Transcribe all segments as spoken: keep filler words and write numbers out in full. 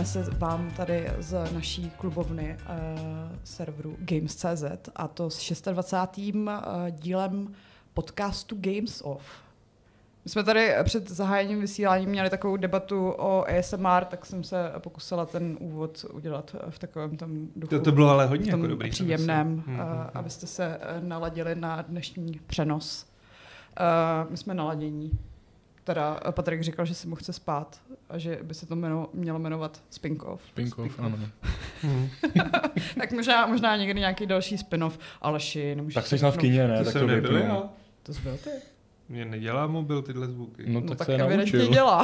se vám tady z naší klubovny uh, serveru Games tečka cé zet a to s dvacátým šestým Uh, dílem podcastu Games Off. My jsme tady před zahájením vysílání měli takovou debatu o A S M R, tak jsem se pokusila ten úvod udělat v takovém tom duchu. To, to bylo ale hodně jako dobrý. Příjemném, hmm, hmm, uh, abyste se naladili na dnešní přenos. Uh, my jsme naladění. Teda Patrik říkal, že si mu chce spát a že by se to jmeno, mělo jmenovat Spin-off. Spin-off, ano. Tak možná, možná někdy nějaký další spin-off, ale ši, nemůžeš... Tak jsi v kyně, ne? To tak jsem to nebyl vypnu. já. To jsi byl ty. Mě nedělá mobil tyhle zvuky. No, No tak, tak se evidentně naučil. dělá.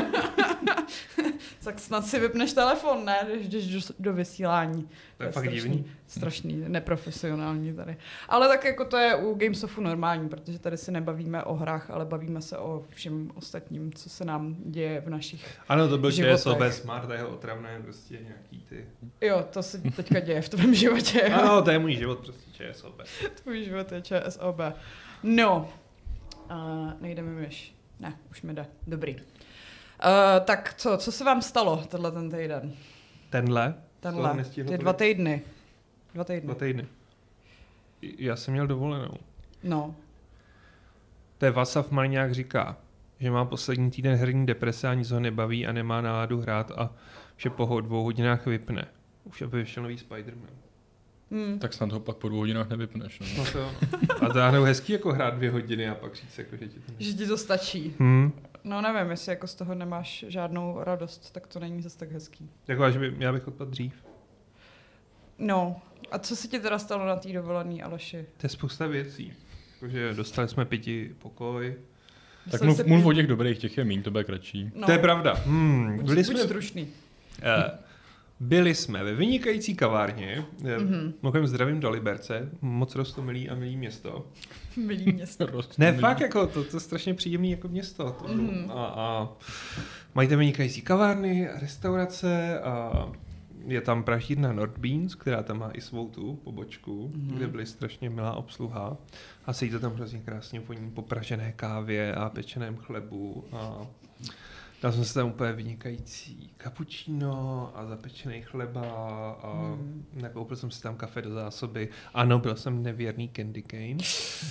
Tak snad si vypneš telefon, ne? Když jdeš do, do vysílání. To je fakt divný. Strašný, neprofesionální tady. Ale tak jako to je u Gamesofu normální, protože tady se nebavíme o hrách, ale bavíme se o všem ostatním, co se nám děje v našich Ano, to byl životech. ČSOB Smart a jeho otravné prostě nějaký ty... Jo, to se teďka děje v tvém životě. Ano, to je můj život, prostě ČSOB. Tvůj život je ČSOB. No, uh, nejde mi myš. Ne, už mi jde. Dobrý. Uh, tak co, co se vám stalo tenhle ten týden? Tenhle? Tenhle, ty dva týdny. Dva týdny. Dva týdny. Já jsem měl dovolenou. No. To je Václav Malňák říká, že má poslední týden herní deprese a nic ho nebaví a nemá náladu hrát a že po dvou hodinách vypne. Už aby vyšel nový Spider-Man. Hmm. Tak snad ho pak po dvou hodinách nevypneš. No. No to jo. A to je hezký jako hrát dvě hodiny a pak říct, jako, že ti to ne... Že ti to stačí. Hmm. No nevím, jestli jako z toho nemáš žádnou radost, tak to není zase tak hezký. Jako, že by, já bych odpadl dřív. No, a co se ti teda stalo na té dovolený, Aleši? To je spousta věcí. Jakože dostali jsme pěti pokoj. Tak Jsem mluv, se- mluv o těch dobrých, těch je míň, to bude kratší. No, To je pravda. Hmm. buď, Byli buď jsme... stručný. Uh, byli jsme ve vynikající kavárně, Mhm. mm-hmm. Mokem zdravím do Liberce, moc rostomilý a milý město. Milý město. Ne, fakt jako, to, to je strašně příjemný jako město. To, Mhm. a, a mají tam vynikající kavárny, restaurace a je tam pražírna Nordbeans, která tam má i svou tu pobočku, Mhm. kde byly strašně milá obsluha a sedí to tam hrozně krásně voní po pražené kávě a pečeném chlebu a dal jsem se tam úplně vynikající cappuccino a zapečený chleba a Hmm. nakoupil jsem si tam kafe do zásoby. Ano, byl jsem nevěrný candy cane.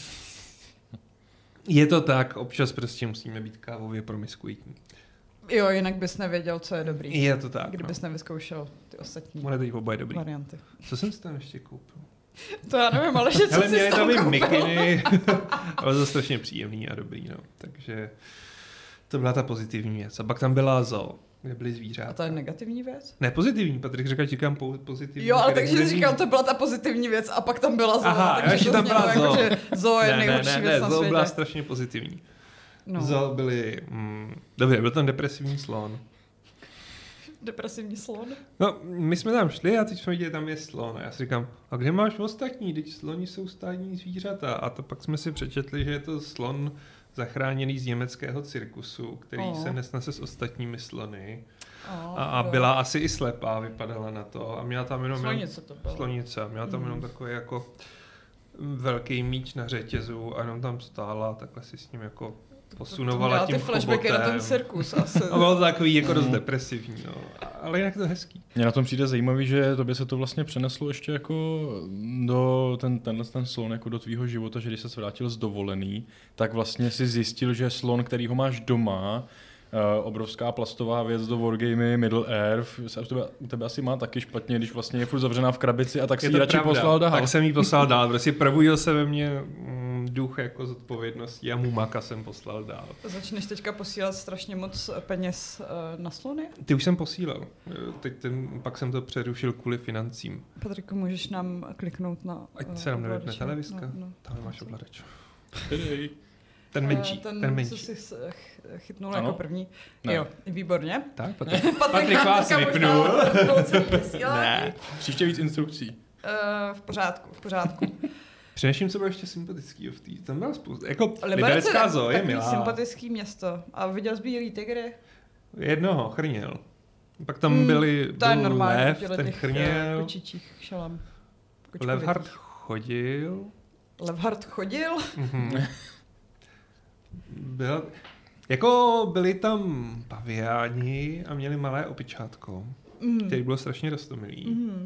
Je to tak, občas prostě musíme být kávově promiskuitní. Jo, jinak bys nevěděl, co je dobrý. Je to tak, Kdybys no. nevyzkoušel ty ostatní Ono je teď oboje dobrý. varianty. Co jsem si tam ještě koupil? To já nevím, ale že co Hele, jsi měli tam tam i koupil? mikiny, ale to strašně příjemný a dobrý, no. Takže to byla ta pozitivní věc. A pak tam byla zoo, kde byly A zvířátka. to je negativní věc? Ne, pozitivní, Patrik říkal, že říkám po- pozitivní. Jo, ale který takže bude jsi mít- říkal, to byla ta pozitivní věc a pak tam byla zoo. Aha, takže ještě to tam znělo byla jako, zoo. že zoo je ne, ne, nejhorší ne, věc ne, na zoo světě. byla strašně pozitivní. No. Zoo byly, mm, dobře, byl tam depresivní slon. Depresivní slon? No, my jsme tam šli a teď jsme viděli, tam je slon. A já si říkám, a kde máš ostatní? Teď sloni jsou stádní zvířata. A to pak jsme si přečetli, že je to slon zachráněný z německého cirkusu, který Oh. se nesnese s ostatními slony. Oh, A, a byla asi i slepá, vypadala na to. A měla tam jenom... Slonice to bylo. Slonice. Měla tam Mhm. jenom takový jako velký míč na řetězu a jenom tam stála a takhle si s ním jako posunovala Měla tím ty flashbacky na ten chobotem. cirkus asi. A bylo to takový jako dost depresivní, no. Ale jinak to hezký. Mně na tom přijde zajímavý, že tobě se to vlastně přeneslo ještě jako do ten, tenhle ten slon jako do tvýho života, že když se vrátil z dovolený, tak vlastně si zjistil, že slon, který ho máš doma, Uh, obrovská plastová věc do wargamey Middle Earth, se u tebe, u tebe asi má taky špatně, když vlastně je furt zavřená v krabici a tak si ji radši poslal dál. Tak jsem jí poslal dál, prostě probudil se ve mně mm, duch jako zodpovědnosti a mumaka jsem poslal dál. Začneš teďka posílat strašně moc peněz uh, na slony? Ty už jsem posílal, teď ten, pak jsem to přerušil kvůli financím. Patriku, můžeš nám kliknout na Ať uh, se nám nevypne ovladače? televiska, No, no. tam máš ovladač. Hej. Ten menší, Uh, ten, ten co menší. jsi s- ch- chytnul Ano? jako první. Ne. Jo, výborně. Tak, Patrik, Patrik, Patrik nám vás teďka vypnul. možná vypnul celý vysílání. Ne. Příště víc instrukcí. Uh, v pořádku, v pořádku. Přineším, co bylo ještě sympatický v té. Tam byla spousta. Jako Liberec liberecká je zoo je takový milá. sympatický město. A viděl jsi Bílý tygry? Jednoho, chrněl. Pak tam Hmm, byli, To je byl normální. lev, těchto ten těch, eh, chrněl. kočičích šelem. Kočkovitých. Levhard chodil. Levhard chodil? Mhm. Byl, jako byli tam paviáni a měli malé opičátko. Mm. který byl strašně roztomilý. Mm.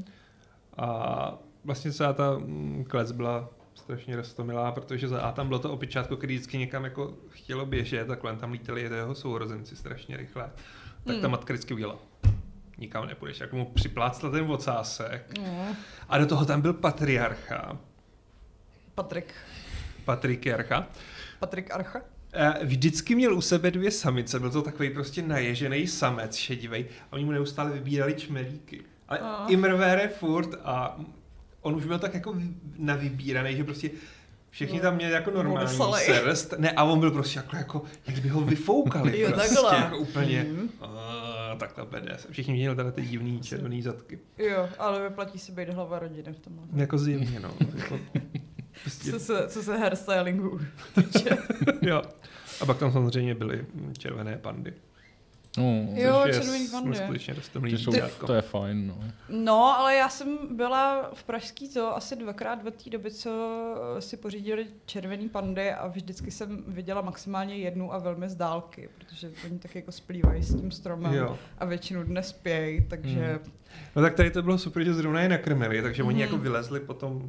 A vlastně celá ta klec byla strašně roztomilá, protože za A tam bylo to opičátko, který vždycky někam jako chtělo běžet a kolem tam lítali jeho sourozenci strašně rychle. Tak ta Mm. matka vždycky udělala. Nikam nepůjdeš, jako mu připlácla ten ocásek. Mm. A do toho tam byl patriarcha. Patrik. Patriarcha. Patrik Archa. Vždycky měl u sebe dvě samice, byl to takový prostě naježený samec šedivej a oni mu neustále vybírali čmelíky. Ale Oh. Imrvére furt a on už byl tak jako navybíraný, že prostě všichni tam měli jako normální Vysalej. srst. Ne, a on byl prostě jako, jako jak by ho vyfoukali. Jo, prostě, takhle. jako úplně. Mm. A, takhle bede. Všichni měli teda ty divný červený zadky. Jo, ale vyplatí se být hlava rodiny v tomhle. Jako zjevně, no. Jako, prostě, Co se, co se hairstylingu. jo. A pak tam samozřejmě byly červené pandy. No, Jo, což je červený pandy. skutečně ty roztomilý jsou, zvířátko. to je fajn, no. No, ale já jsem byla v pražský zoo asi dvakrát od té doby, co si pořídili červený pandy a vždycky jsem viděla maximálně jednu a velmi z dálky, protože oni tak jako splývají s tím stromem Jo. a většinu dne spějí, takže... Hmm. No tak tady to bylo super, že zrovna je nakrmili, takže Mhm. oni jako vylezli potom,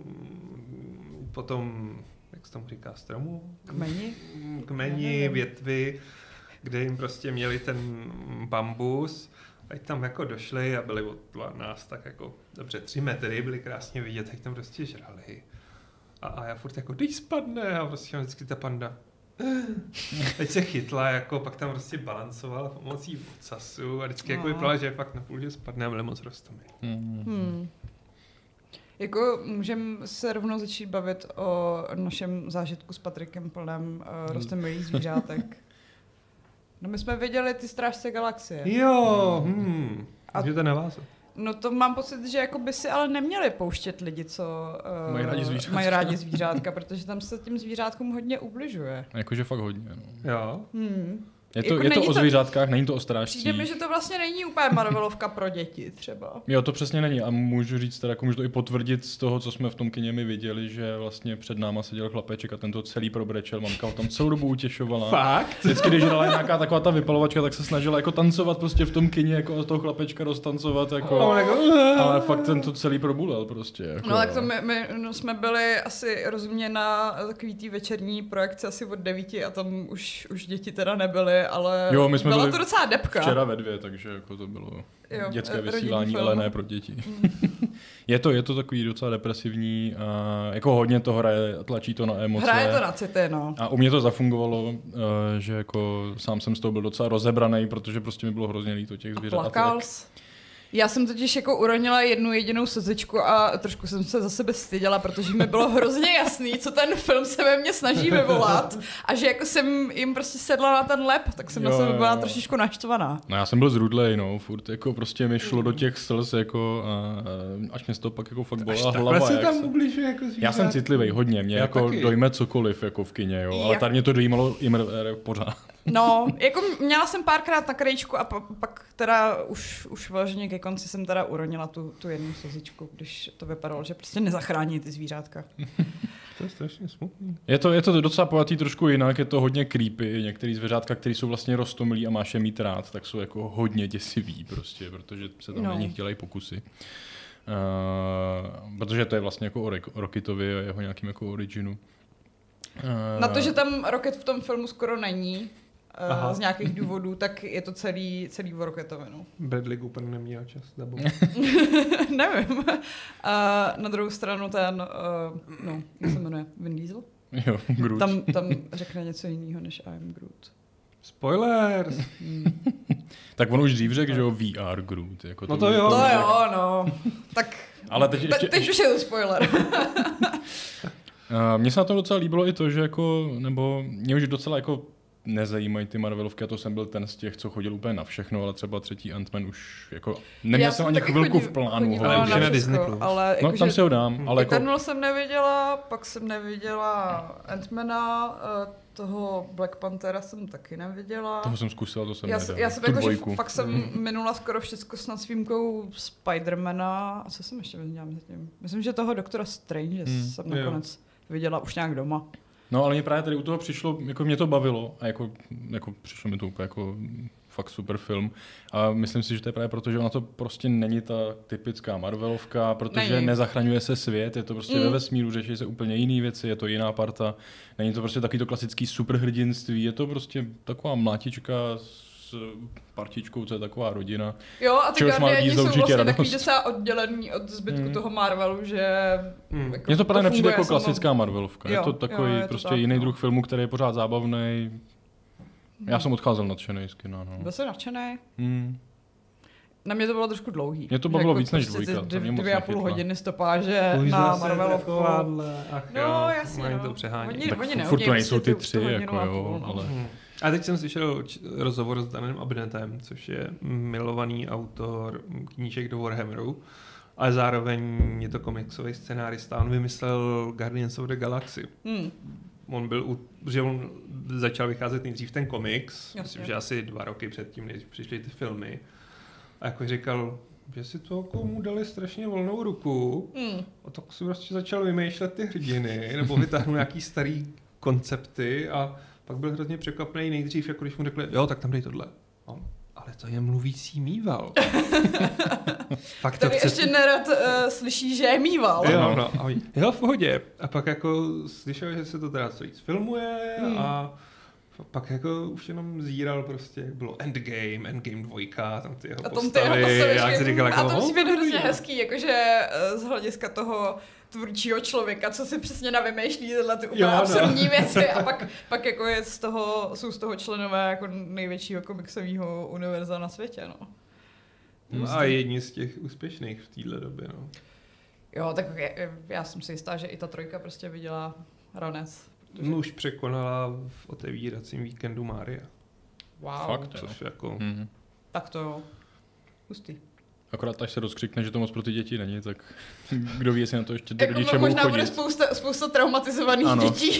potom, jak se tomu říká, stromu? Kmeni? Kmeni, Nevím. větvy, kde jim prostě měli ten bambus. Ať tam jako došli a byli od nás tak jako dobře tři metry, byli krásně vidět, jak tam prostě žrali. A, a já furt jako, když spadne, a prostě vždycky ta panda. Teď se chytla, jako, pak tam prostě balancovala pomocí ocasu a vždycky jako No. vypadala, že fakt na půl, že spadne a byli moc roztomilí. Hmm. Hmm. Jako můžeme se rovnou začít bavit o našem zážitku s Patrikem plném uh, roztomilých zvířátek. No my jsme viděli ty Strážce galaxie. Jo, hmm. A- Můžete navázat. No to mám pocit, že jako by si ale neměli pouštět lidi, co uh, Mají rádi zvířátka. mají rádi zvířátka, protože tam se tím zvířátkům hodně ubližuje. Jakože fakt hodně, no. Jo. Hmm. Je to, Jako je to není o to- zvířátkách, není to o strážcích. Přijde mi, že to vlastně není úplně Marvelovka pro děti třeba. Jo, to přesně není a můžu říct, teda, jako můžu to i potvrdit z toho, co jsme v tom kině my viděli, že vlastně před náma seděl chlapeček a ten to celý probrečel, mamka ho tam celou dobu utěšovala. Fakt? Vždycky, když hrala nějaká taková ta vypalovačka, tak se snažila jako tancovat prostě v tom kině, jako toho chlapečka roztancovat, jako, Oh, jako, ale fakt ten to celý probulel prostě. Jako, No tak to my, my no, jsme byli asi rozumně na takový tý večerní projekci asi od devíti a tam už, už děti teda nebyly, ale Jo, my jsme byla byli to docela depka. Včera ve dvě, takže jako to bylo Jo, dětské rodinný vysílání, film. ale ne pro děti. je, to, je to takový docela depresivní a jako hodně to hraje, tlačí to na emoce. Hraje to na city, no. A u mě to zafungovalo, uh, že jako sám jsem z toho byl docela rozebraný, protože prostě mi bylo hrozně líto těch zvířat. Plakal jsi? Já jsem totiž jako uronila jednu jedinou slzičku a trošku jsem se za sebe styděla, protože mi bylo hrozně jasný, co ten film se ve mně snaží vyvolat a že jako jsem jim prostě sedla na ten lep, tak jsem Jo, na sebe byla jo. trošičku naštvaná. No já jsem byl zrudlej, no, furt jako prostě mi šlo do těch slz, jako a, a až mě z toho pak jako fakt Až bolela takhle hlava. se jak tam se- ubližuje jako zvířátku. Já jsem citlivý hodně, mě Já jako taky. dojme cokoliv jako v kině, jo, ale Jak- tady mě to dojímalo i pořád. No, jako měla jsem párkrát na krajíčku a pa, pak teda už, už vyloženě ke konci jsem teda uronila tu, tu jednu slzičku, když to vypadalo, že prostě nezachrání ty zvířátka. To je strašně smutný. Je to, je to docela pojatý trošku jinak, je to hodně creepy, některý zvířátka, které jsou vlastně roztomilí a máš je mít rád, tak jsou jako hodně děsivý prostě, protože se tam No. na nich dělají pokusy. Uh, protože to je vlastně jako o Rock- Rocketovi a jeho nějakým jako originu. Uh, Na to, že tam Rocket v tom filmu skoro není, Aha. uh, z nějakých důvodů, tak je to celý, celý o Rocketovi, no. Bradley Cooper neměl čas. Nebo... Nevím. Uh, na druhou stranu ten, uh, no, jak se jmenuje, Vin Diesel? Jo, Groot. Tam, tam řekne něco jiného než I'm Groot. Spoilers! Hmm. Tak on už dřív řekl, že jo, V R Groot. Jako No to jo. To tak- jo, no. Tak Ale teď te, ještě, teď už je to spoiler. Uh, mně se na tom docela líbilo i to, že jako, nebo mě už docela jako nezajímají ty Marvelovky, a to jsem byl ten z těch, co chodil úplně na všechno, ale třeba třetí Ant-Man už jako, neměl Já jsem ani taky chvilku chodí- v plánu. chodívala Ale už je na všechno, Disney Plus. Ale No jako, tam že si ho dám, ale jako, Eternal jsem neviděla, pak jsem neviděla Ant-Mana, eh, toho Black Panthera jsem taky neviděla. toho jsem zkusil, to jsem já, nevěděl. já jsem tu jako, že dvojku. fakt jsem minula skoro všechno snad s výjimkou Spidermana. A co jsem ještě viděla mezi tím? Myslím, že toho Doktora Strange Hmm, jsem jo. nakonec viděla už nějak doma. No ale mě právě tady u toho přišlo, jako mě to bavilo a jako, jako přišlo mi to úplně jako fakt super film. A myslím si, že to je právě proto, že ona to prostě není ta typická Marvelovka, protože není. nezachraňuje se svět, je to prostě Mm. ve vesmíru, řeší se úplně jiné věci, je to jiná parta. Není to prostě taky to klasický superhrdinství, je to prostě taková mlátička s partičkou, co je taková rodina. Jo, a ty Čehož má Guardiani lidi jsou určitě vlastně radost. takový docela oddělený od zbytku Mm. toho Marvelu, že... Mm. Jako Mně to právě nepřijde funguje jako samo- klasická Marvelovka, je Jo, to takový jo, je to prostě tak, jiný no. druh filmu, který je pořád zábavný. Já jsem odcházel nadšenej z kina, no. Byl jsem nadšený. Hmm. Na mě to bylo trošku dlouhý. Mě to bavilo víc než prostě ty dvojka, to mě dvě, moc dvě a půl nechytla. hodiny stopáže Použila na se Marvelovku. takováhle, ach No, jo, jasně, oni no. to přehání. Oni- Tak oni furt neumějí to nejsou ty prostě tu- tři, tu hodinu jako a jo, půl, no. ale... Hmm. A teď jsem slyšel č- rozhovor s Danem Abnetem, což je milovaný autor knížek do Warhammeru, ale zároveň je to komiksový scenárista. On vymyslel Guardians of the Galaxy. Hmm. On byl, u, že on začal vycházet nejdřív ten komiks, Jasně. myslím, že asi dva roky předtím, než přišly ty filmy. A jako říkal, že si to komu dali strašně volnou ruku, Hmm. a tak si prostě začal vymýšlet ty hrdiny, nebo vytáhnul nějaký starý koncepty a pak byl hrozně překvapený nejdřív, jako když mu řekli, jo, tak tam dej tohle. No, ale to je mluvící mýval. Pak to Který chce... ještě nerad uh, slyší, že je mýval. Jo, no, a oni, jo, v pohodě. A pak jako slyšel, že se to teda co víc filmuje Hmm. a pak jako už jenom zíral prostě, jak bylo Endgame, Endgame dvojka, tam ty jeho A tom ty jeho postavy, postavičky. jak jsi říkal, jako, A to musí být "Oh, hrozně dobrý." hezký, jakože uh, z hlediska toho tvůrčího člověka, co si přesně navymýšlí tyhle ty úplně Jo, no. absurdní věci a pak, pak jako je z toho, jsou z toho členové jako největšího komiksového univerza na světě, no. No a jedni z těch úspěšných v téhle době, no. Jo, tak je, já jsem si jistá, že i ta trojka prostě viděla ranec. Protože... No, už překonala v otevíracím víkendu Mária. Wow, Fakt, jo. Což jako... Mhm. tak to jo. Hustý. Akorát až se rozkřikne, že to moc pro ty děti není, tak kdo ví, jestli na to ještě ty Jako rodiče budou možná bude chodit. spousta, spousta traumatizovaných Ano. dětí.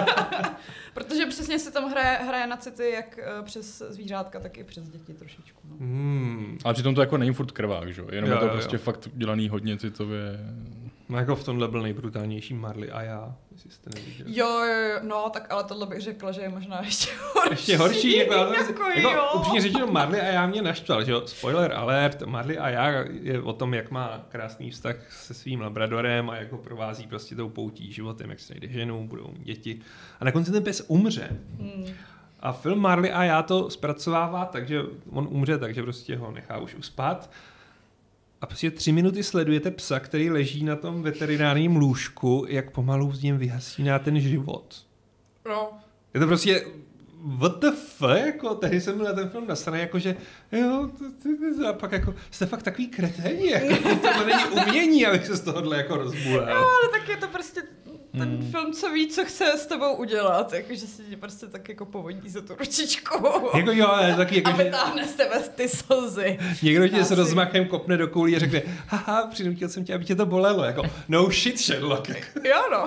Protože přesně se tam hraje, hraje na city jak uh, přes zvířátka, tak i přes děti trošičku. No. Hmm. Ale přitom to jako není furt krvák, že jo? Jenom Jo, je to jo, prostě jo. fakt dělaný hodně citově. No jako v tomhle byl nejbrutálnější Marley a já, jestli jste neviděli. Jo, jo, jo, no, tak ale tohle bych řekla, že je možná ještě horší. Ještě horší, jako, já to- jako, jako jo. upřímně řečeno, Marley a já mě naštval, že jo, spoiler alert, Marley a já je o tom, jak má krásný vztah se svým labradorem a jak ho provází prostě tou poutí životem, jak se najde ženu, budou mít děti. A na konci ten pes umře. Hmm. A film Marley a já to zpracovává tak, že on umře, takže prostě ho nechá už uspat. A prostě tři minuty sledujete psa, který leží na tom veterinárním lůžku, jak pomalu v něm vyhasíná ten život. No. Je to prostě what the fuck, jako tehdy jsem byl na ten film nasraný, jakože jo, to, to, to, a pak jako jste fakt takový kreténi, jako to není umění, abych se z tohohle jako rozbulel. No, ale tak je to prostě ten Hmm. film, co ví, co chce s tebou udělat, jakože si tě prostě tak jako povodí za tu ručičku. Jako jo, ale taky jako, A že vytáhne z tebe ty slzy. někdo tě s Asi. rozmachem kopne do koulí a řekne, haha, přinutil jsem tě, aby tě to bolelo, jako no shit, Sherlock. Jo, no.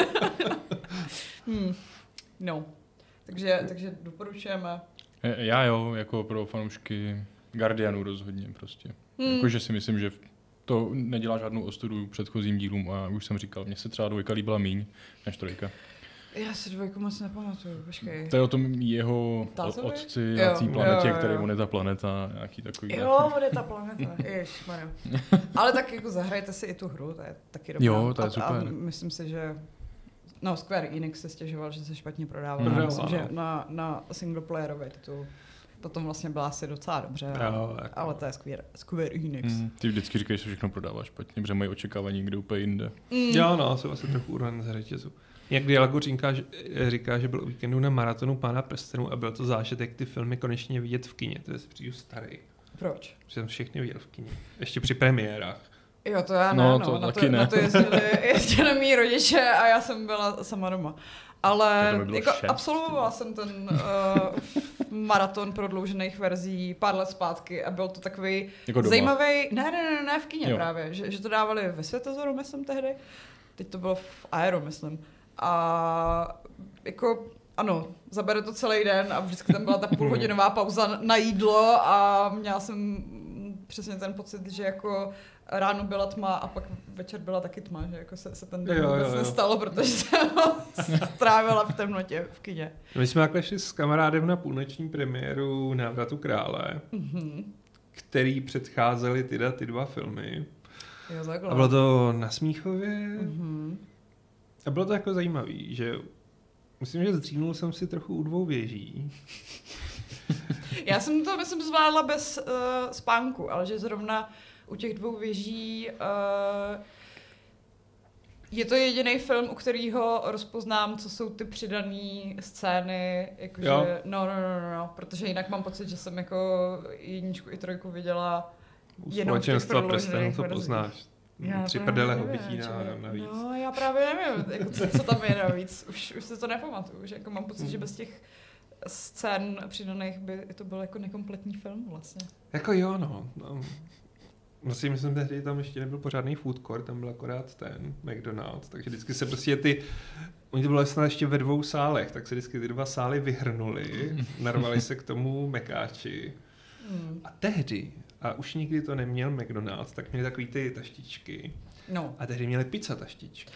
hmm. No. Takže, takže doporučujeme. E, Já jo, jako pro fanoušky Guardianů rozhodně prostě. Hmm. Jakože si myslím, že to nedělá žádnou ostudu předchozím dílům a už jsem říkal, mně se třeba dvojka líbila míň než trojka. Já si dvojku moc nepamatuju, počkej. To je o tom jeho Tátovi? otci Jo, na té planetě, jo, jo. který on je ta planeta, nějaký takový. Jo, bude ta planeta, ježišmarja. Ale tak jako zahrajte si i tu hru, to je taky dobrá. Jo, to je a, super. A myslím si, že no, Square Enix se stěžoval, že se špatně prodával. Mhm. Mm. Myslím, Prodával. že na, na singleplayerové titul to tom vlastně byla asi docela dobře, Jo, jako. ale to je Square, Square Enix. Mm, ty vždycky říkají, že se všechno prodává špatně, protože mají očekávání někde úplně jinde. Mm. Jo, no, jsou asi trochu urvaný z řetězu. Jak Dialago říká, že, říká, že byl o víkendu na maratonu Pána prstenů a byl to zážitek ty filmy konečně vidět v kině. To je přijdu starý. Proč? Že jsem všechny viděl v kině. Ještě při premiérách. Jo, to já ne, No, no, to na, taky to, ne. na to jezdili, jezdili mý rodiče a já jsem byla sama doma. Ale To by bylo jako šest, absolvovala jsem ten uh, maraton prodloužených verzí pár let zpátky a byl to takový Jako doma. zajímavý, ne, ne, ne, ne, v kině Jo. právě, že, že to dávali ve Světozoru, myslím tehdy, teď to bylo v Aero, myslím. A jako ano, zabere to celý den a vždycky tam byla ta půlhodinová pauza na jídlo a měla jsem přesně ten pocit, že jako ráno byla tma a pak večer byla taky tma, že jako se, se ten den Jo, vůbec jo, jo. nestalo, protože jsem ho strávila v temnotě v kině. My jsme takhle šli s kamarádem na půlnoční premiéru Návratu krále, Mm-hmm. který předcházely tyda, ty dva filmy. Jo, takhle. A bylo to na Smíchově. Mm-hmm. A bylo to jako zajímavý, že myslím, že zdřímnul jsem si trochu u dvou věží. Já jsem to, myslím, zvládla bez uh, spánku, ale že zrovna u těch dvou věží uh, je to jediný film, u kterého rozpoznám, co jsou ty přidané scény, jakože, Jo. no, no, no, no, no, protože jinak mám pocit, že jsem jako jedničku i trojku viděla U jenom v těch společenstva prodloužených prstenů to verzích. poznáš. Já Tři právě prdele nevím, hobití na, člověk. navíc. No, já právě nevím, jako, co, co tam je navíc. Už, už si to nepamatuju, že jako mám pocit, že bez těch scén přidaných by to byl jako nekompletní film vlastně. Jako jo, no. no. Vlastně myslím, že tehdy tam ještě nebyl pořádný food court, tam byl akorát ten McDonald's, takže vždycky se prostě ty, oni to bylo snad ještě ve dvou sálech, tak se vždycky ty dva sály vyhrnuli, narvali se k tomu mekáči. Hmm. A tehdy, a už nikdy to neměl McDonald's, tak měli takový ty taštičky. No. A tehdy měli pizza taštičky.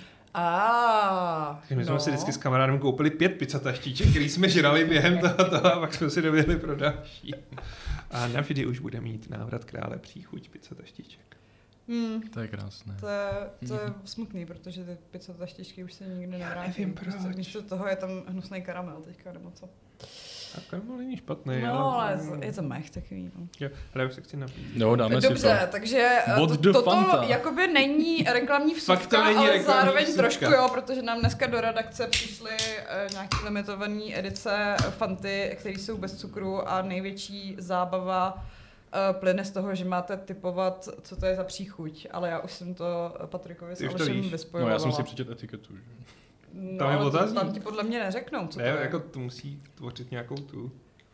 A Takže my jsme no. si vždycky s kamarádem koupili pět pizza taštiček, který jsme žrali během toho, toho a pak jsme si dověli pro další. A navždy už bude mít Návrat krále příchuť pizza taštiček. Hmm. To je krásné. To je, to je smutný, protože ty pizza taštičky už se nikdy nevrátí. nevím proč. Prostě místo toho je tam hnusný karamel teďka, nebo co. A karamel není špatný, No, ale ale... je to mech takový, no. Jo, ale já už se chci napít. Jo, dáme Dobře, si to. takže eh, What to, the toto Fanta? jakoby není reklamní Fakt to vsuvka, není ale reklamní zároveň vsuvka. trošku jo, protože nám dneska do redakce přišly uh, nějaké limitované edice Fanty, které jsou bez cukru a největší zábava uh, plyne z toho, že máte typovat, co to je za příchuť, ale já už jsem to Patrikovi s Ty už to Alešem víš. vyspojovala. No, já jsem si přečet etiketu. Že? No, Tam je ale to, otazník. tam ti podle mě neřeknou, co Ne, to je. jako to musí tvořit nějakou tu...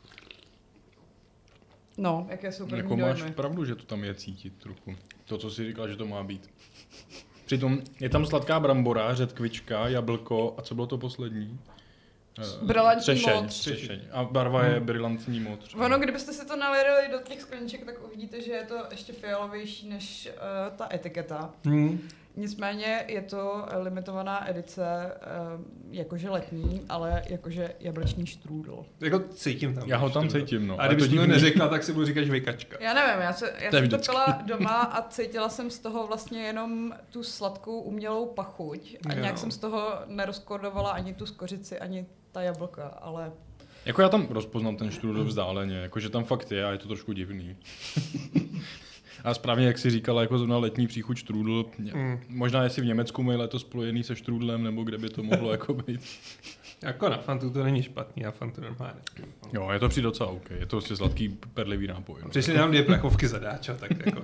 No, jaké jsou první Jako máš dojmy. pravdu, že to tam je cítit trochu. To, co jsi říkal, že to má být. Přitom je tam sladká brambora, řetkvička, jablko a co bylo to poslední? Eh, Brilantní třešeň, modř. třešeň. A barva je brilantní modř. Ono, kdybyste si to nalili do těch skleniček, tak uvidíte, že je to ještě fialovější než uh, ta etiketa. Hmm. Nicméně je to limitovaná edice, uh, jakože letní, ale jakože jablečný štrůdl. Jako cítím tam. Já ho tam ještě. cítím, no. A je kdybych to to divný. neřekla, tak si budu říkat žvejkačka. Já nevím, já, se, já To je jsem to vždycky. pila doma a cítila jsem z toho vlastně jenom tu sladkou umělou pachuť a Jo. nějak jsem z toho nerozkodovala ani tu skořici, ani ta jablka, ale... Jako já tam rozpoznám ten štrůdl vzdáleně, jakože tam fakt je a je to trošku divný. A správně, jak jsi říkala, jako zrovna letní příchuť štrůdl, Mm. možná jestli v Německu mají letos spojený se štrůdlem, nebo kde by to mohlo jako být. Jako na Fantu to není špatný, já Fantu normálně. Jo, je to přijde docela OK, je to prostě sladký perlivý nápoj. No. Přišli nám dvě plechovky zadáčo, tak jako...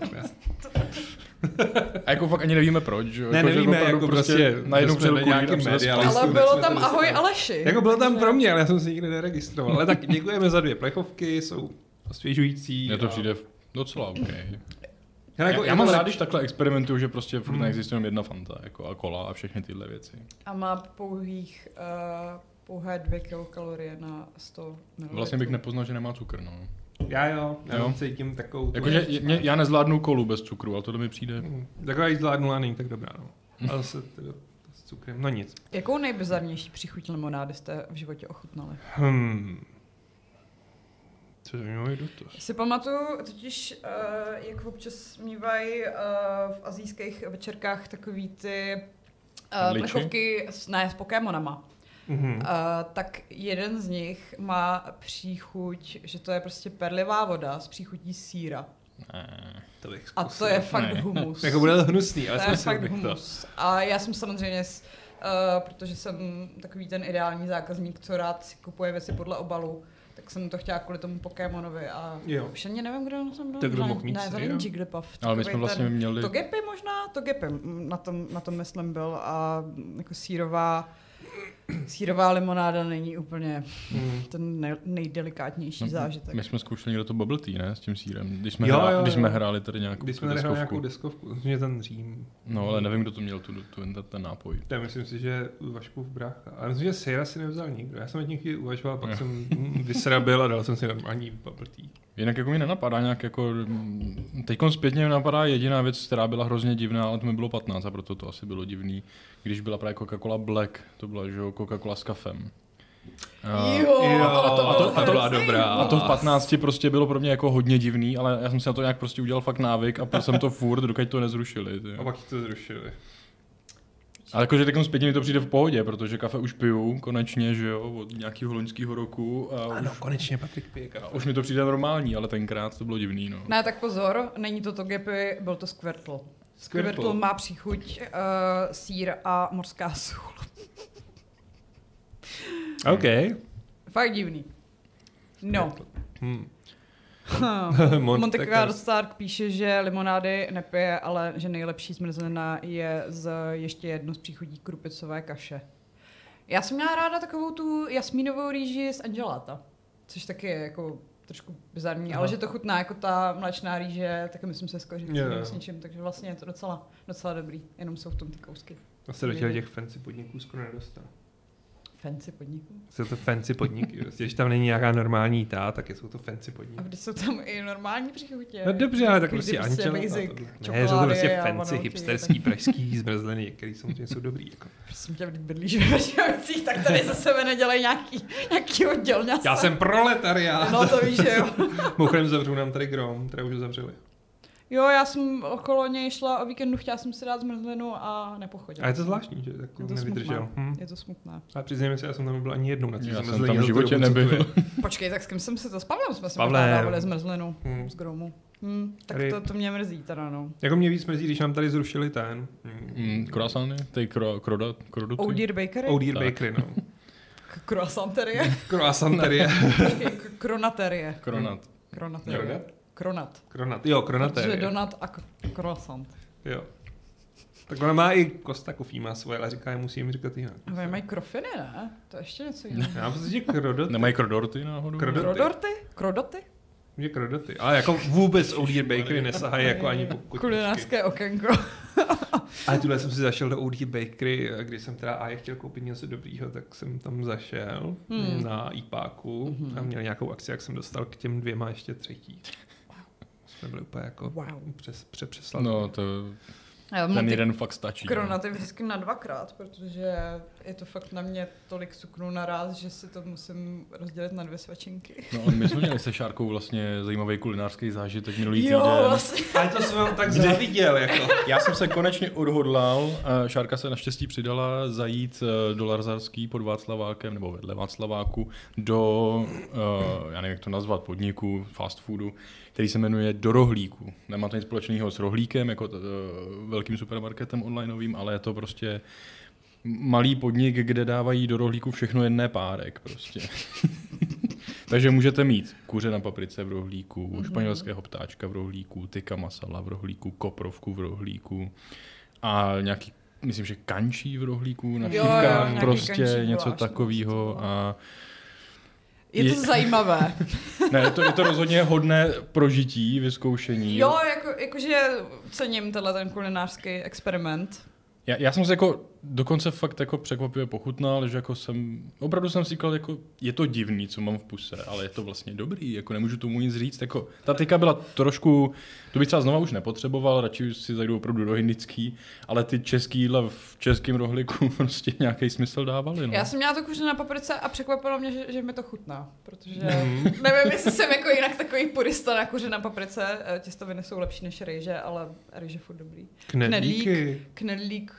A jako fakt ani nevíme proč, že? Ne, jako, že nevíme, opravdu jako prostě najednou jsme přijel na kurýr nějakým a médiu, přines- ale Ale jsme- bylo jsme tam to ahoj dostali. Aleši. Jako bylo tam Takže- pro mě, ale já jsem si nikdy neregistroval. Ale tak děkujeme za dvě plechovky, jsou osvěžující. Mně to a- přijde docela OK. Hele, jako Já, já je mám to rád, lepší- když takhle experimentuju, že prostě furt Hmm. neexistuje jenom jedna Fanta, jako a kola a všechny tyhle věci. A má pouhých, uh, pouhé dvě kilokalorie na sto mililitrů. Vlastně bych nepoznal, že nemá cukr, no. Já jo, já Jo. jo. cítím takovou... tu- Jakože mě- já nezvládnu kolu bez cukru, ale tohle mi přijde. Hmm, Taková jí zvládnula, není tak dobrá, no. Ale zase teda s cukrem, no nic. Jakou nejbizarnější příchuť limonády jste v životě ochutnali? Hmm. Co je zajímavý dotaz. Si pamatuju totiž, uh, jak občas mývají uh, v asijských večerkách takový ty uh, Handliči? plechovky s, ne, s Pokémonama. Mhm. Uh, tak jeden z nich má příchuť, že to je prostě perlivá voda s příchutí sýra. Ne. To bych A to je fakt Ne. humus. Jako bude to hnusný, ale To je zkusil fakt bych to. humus. A já jsem samozřejmě, s- uh, protože jsem takový ten ideální zákazník, co rád si kupuje věci podle obalu, tak jsem to chtěla kvůli tomu Pokémonovi a Jo. už ani nevím, kdo na tom byl. Tak kdo Ne, mohl mít Ne, to sýr, není jo? Jigglypuff. Ale my takovej jsme vlastně ten- měli... Togepi možná? Togepi, mm, na tom, na tom myslím byl a jako sírová Sýrová limonáda není úplně Mm. ten nej- nejdelikátnější No, zážitek. My jsme zkoušeli do to bubble tea, ne? S tím sírem. Když jsme, Jo, hra, jo, jo. když jsme hráli tady nějakou Když tu jsme nehráli deskovku. nějakou deskovku, že ten Řím. No, ale nevím, kdo to měl tu, tu, ten, ten nápoj. Já myslím si, že Vaškův brácha. Ale myslím, že Sejra si nevzal nikdo. Já jsem nad tím chvíli uvažoval, pak jsem mm, vysrabil a dal jsem si normální bubble tea. Jinak jako mi nenapadá nějak jako... Teďkon zpětně mi napadá jediná věc, která byla hrozně divná, ale to mi bylo patnáct a proto to asi bylo divný. Když byla právě Coca-Cola Black, to byla, že jo, Coca-Cola s kafem. A- Jo, Jo, ale to, a to- bylo a to byla hrozný. dobrá. A to v patnácti prostě bylo pro mě jako hodně divný, ale já jsem si na to nějak prostě udělal fakt návyk a pil jsem to furt, dokud to nezrušili. Ty. A pak to zrušili. Ale jakože teď zpětně mi to přijde v pohodě, protože kafe už piju konečně, že jo, od nějakého loňského roku a Ano, už, konečně Patrik pije a kávu. už mi to přijde normální, ale tenkrát to bylo divný, no. Ne, tak pozor, není to Togepi, byl to Squirtle. Squirtle, Squirtle. má příchuť uh, sýr a morská sůl. OK. Fakt divný. No. Hmm. Monte Monte Carlo Carlo. Stark píše, že limonády nepije, ale že nejlepší zmrzlina je z ještě jedno z příchutí krupicové kaše. Já jsem měla ráda takovou tu jasmínovou rýži z Angelata, což taky je jako trošku bizarní, Aha. ale že to chutná jako ta mléčná rýže, taky myslím se skořicím Jo, yeah. jo. s něčím, takže vlastně je to docela, docela dobrý, jenom jsou v tom ty kousky. Já se do těch, těch fancy podniků skoro nedostal. Fancy podniků. Jsou to fancy podniky. Prostě, když tam není nějaká normální jíta, tak jsou to fancy A podniky. když jsou tam i normální příchutě. No dobře, ale tak Takový prostě ty prostě Angela. basic Ne, jsou to čokolády prostě a fancy, vanilky, hipsterský, pražský zmrzliny, který samozřejmě jsou dobrý. Jako. Prosím tě, když bydlíš ve Vršovicích, tak tady za sebe nedělej nějaký, nějaký oddělňasa. Já jsem proletariát. No to víš, že jo. Mimochodem zavřou nám tady Grom, které už zavřeli. Jo, já jsem okolo něj šla o víkendu, chtěla jsem si dát zmrzlinu a nepochodila. A je to jsem. zvláštní, že tak Je to nevydržel. smutné. Hm. Je to smutné. Ale přiznejme se, já jsem tam nebyl ani jednou na té Já jsem zmrzlině tam v za tu životě dobu, co tu nebyl. je. Počkej, tak s kým jsem si to s Pavlem jsme si Pavlem. možná dávali zmrzlinu Hm. z Gromu. Hm, tak Tady- to, to mě mrzí teda, no. Jako mě víc mrzí, když nám tady zrušili ten. hm, Mm, croissany, ty kro, kroda, krodoty. Oh Dear Bakery? Oh Dear Tak. Bakery, no. K- Croissanterie? Croissanterie. Počkej, k- Kronaterie. Kronat. Kronaterie. Kronat? Kronat. Kronat. Jo, Protože kronaterie. donat a k- croissant. Jo. Tak ona má i Costa Coffee má svoje, ale říká, že musí jim říkat jinak. A oni mají krofiny, ne? To je ještě něco jiného. Já mám pocit, že krodoty. Nemají krodorty náhodou? Krodoty. Krodorty? Krodoty? Že krodoty. Ale jako vůbec Oh Dear Bakery nesahají jako ani po kutničky. Kulinářské okénko. Ale tuhle jsem si zašel do Oh Dear Bakery, a když jsem teda a je chtěl koupit něco dobrýho, tak jsem tam zašel Hmm. na IPáku Mhm. a měl nějakou akci, jak jsem dostal k těm dvěma ještě třetí. Jsme byli úplně jako Wow. přes, přepřeslat. No, to, Já mám ten ty jeden fakt stačí. no. kronaty vždycky na dvakrát, protože je to fakt na mě tolik cukru naraz, že si to musím rozdělit na dvě svačinky. No, my jsme měli se Šárkou vlastně zajímavý kulinářský zážitek minulý Jo, týden. vlastně. Ale to jsem vám tak záviděl, jako. Já jsem se konečně odhodlal, a Šárka se naštěstí přidala zajít eh, do Larzarský pod Václavákem, nebo vedle Václaváku, do, eh, já nevím, jak to nazvat, podniku, fast foodu, který se jmenuje Do rohlíku. Nemá to nic společného s rohlíkem, jako t, eh, velkým supermarketem onlineovým, ale je to prostě malý podnik, kde dávají do rohlíku všechno jedné párek prostě. Takže můžete mít kuře na paprice v rohlíku, mm-hmm. španělského ptáčka v rohlíku, tikka masala v rohlíku, koprovku v rohlíku a nějaký, myslím, že kančí v rohlíku na Jo, jo, šípkách, nějaký prostě kančí něco guláš, takového. A Je to Je- zajímavé. ne, je to, je to rozhodně hodné prožití, vyzkoušení. Jo, jako, jakože cením tenhle ten kulinářský experiment. Já, já jsem se jako dokonce fakt jako překvapivě pochutnal, že jako jsem, opravdu jsem si říkal, jako je to divný, co mám v puse, ale je to vlastně dobrý, jako nemůžu tomu nic říct, jako ta tyka byla trošku, to bych třeba znova už nepotřeboval, radši si zajdu opravdu do indický, ale ty český jídla v českém rohlíku prostě nějaký smysl dávaly, no. Já jsem měla to kuře na paprice a překvapilo mě, že, že mi to chutná, protože nevím, jestli jsem jako jinak takový purista na kuře na paprice, eh, těstoviny jsou lepší než rejže, ale rejže furt dobrý. Knedlíky. Knedlík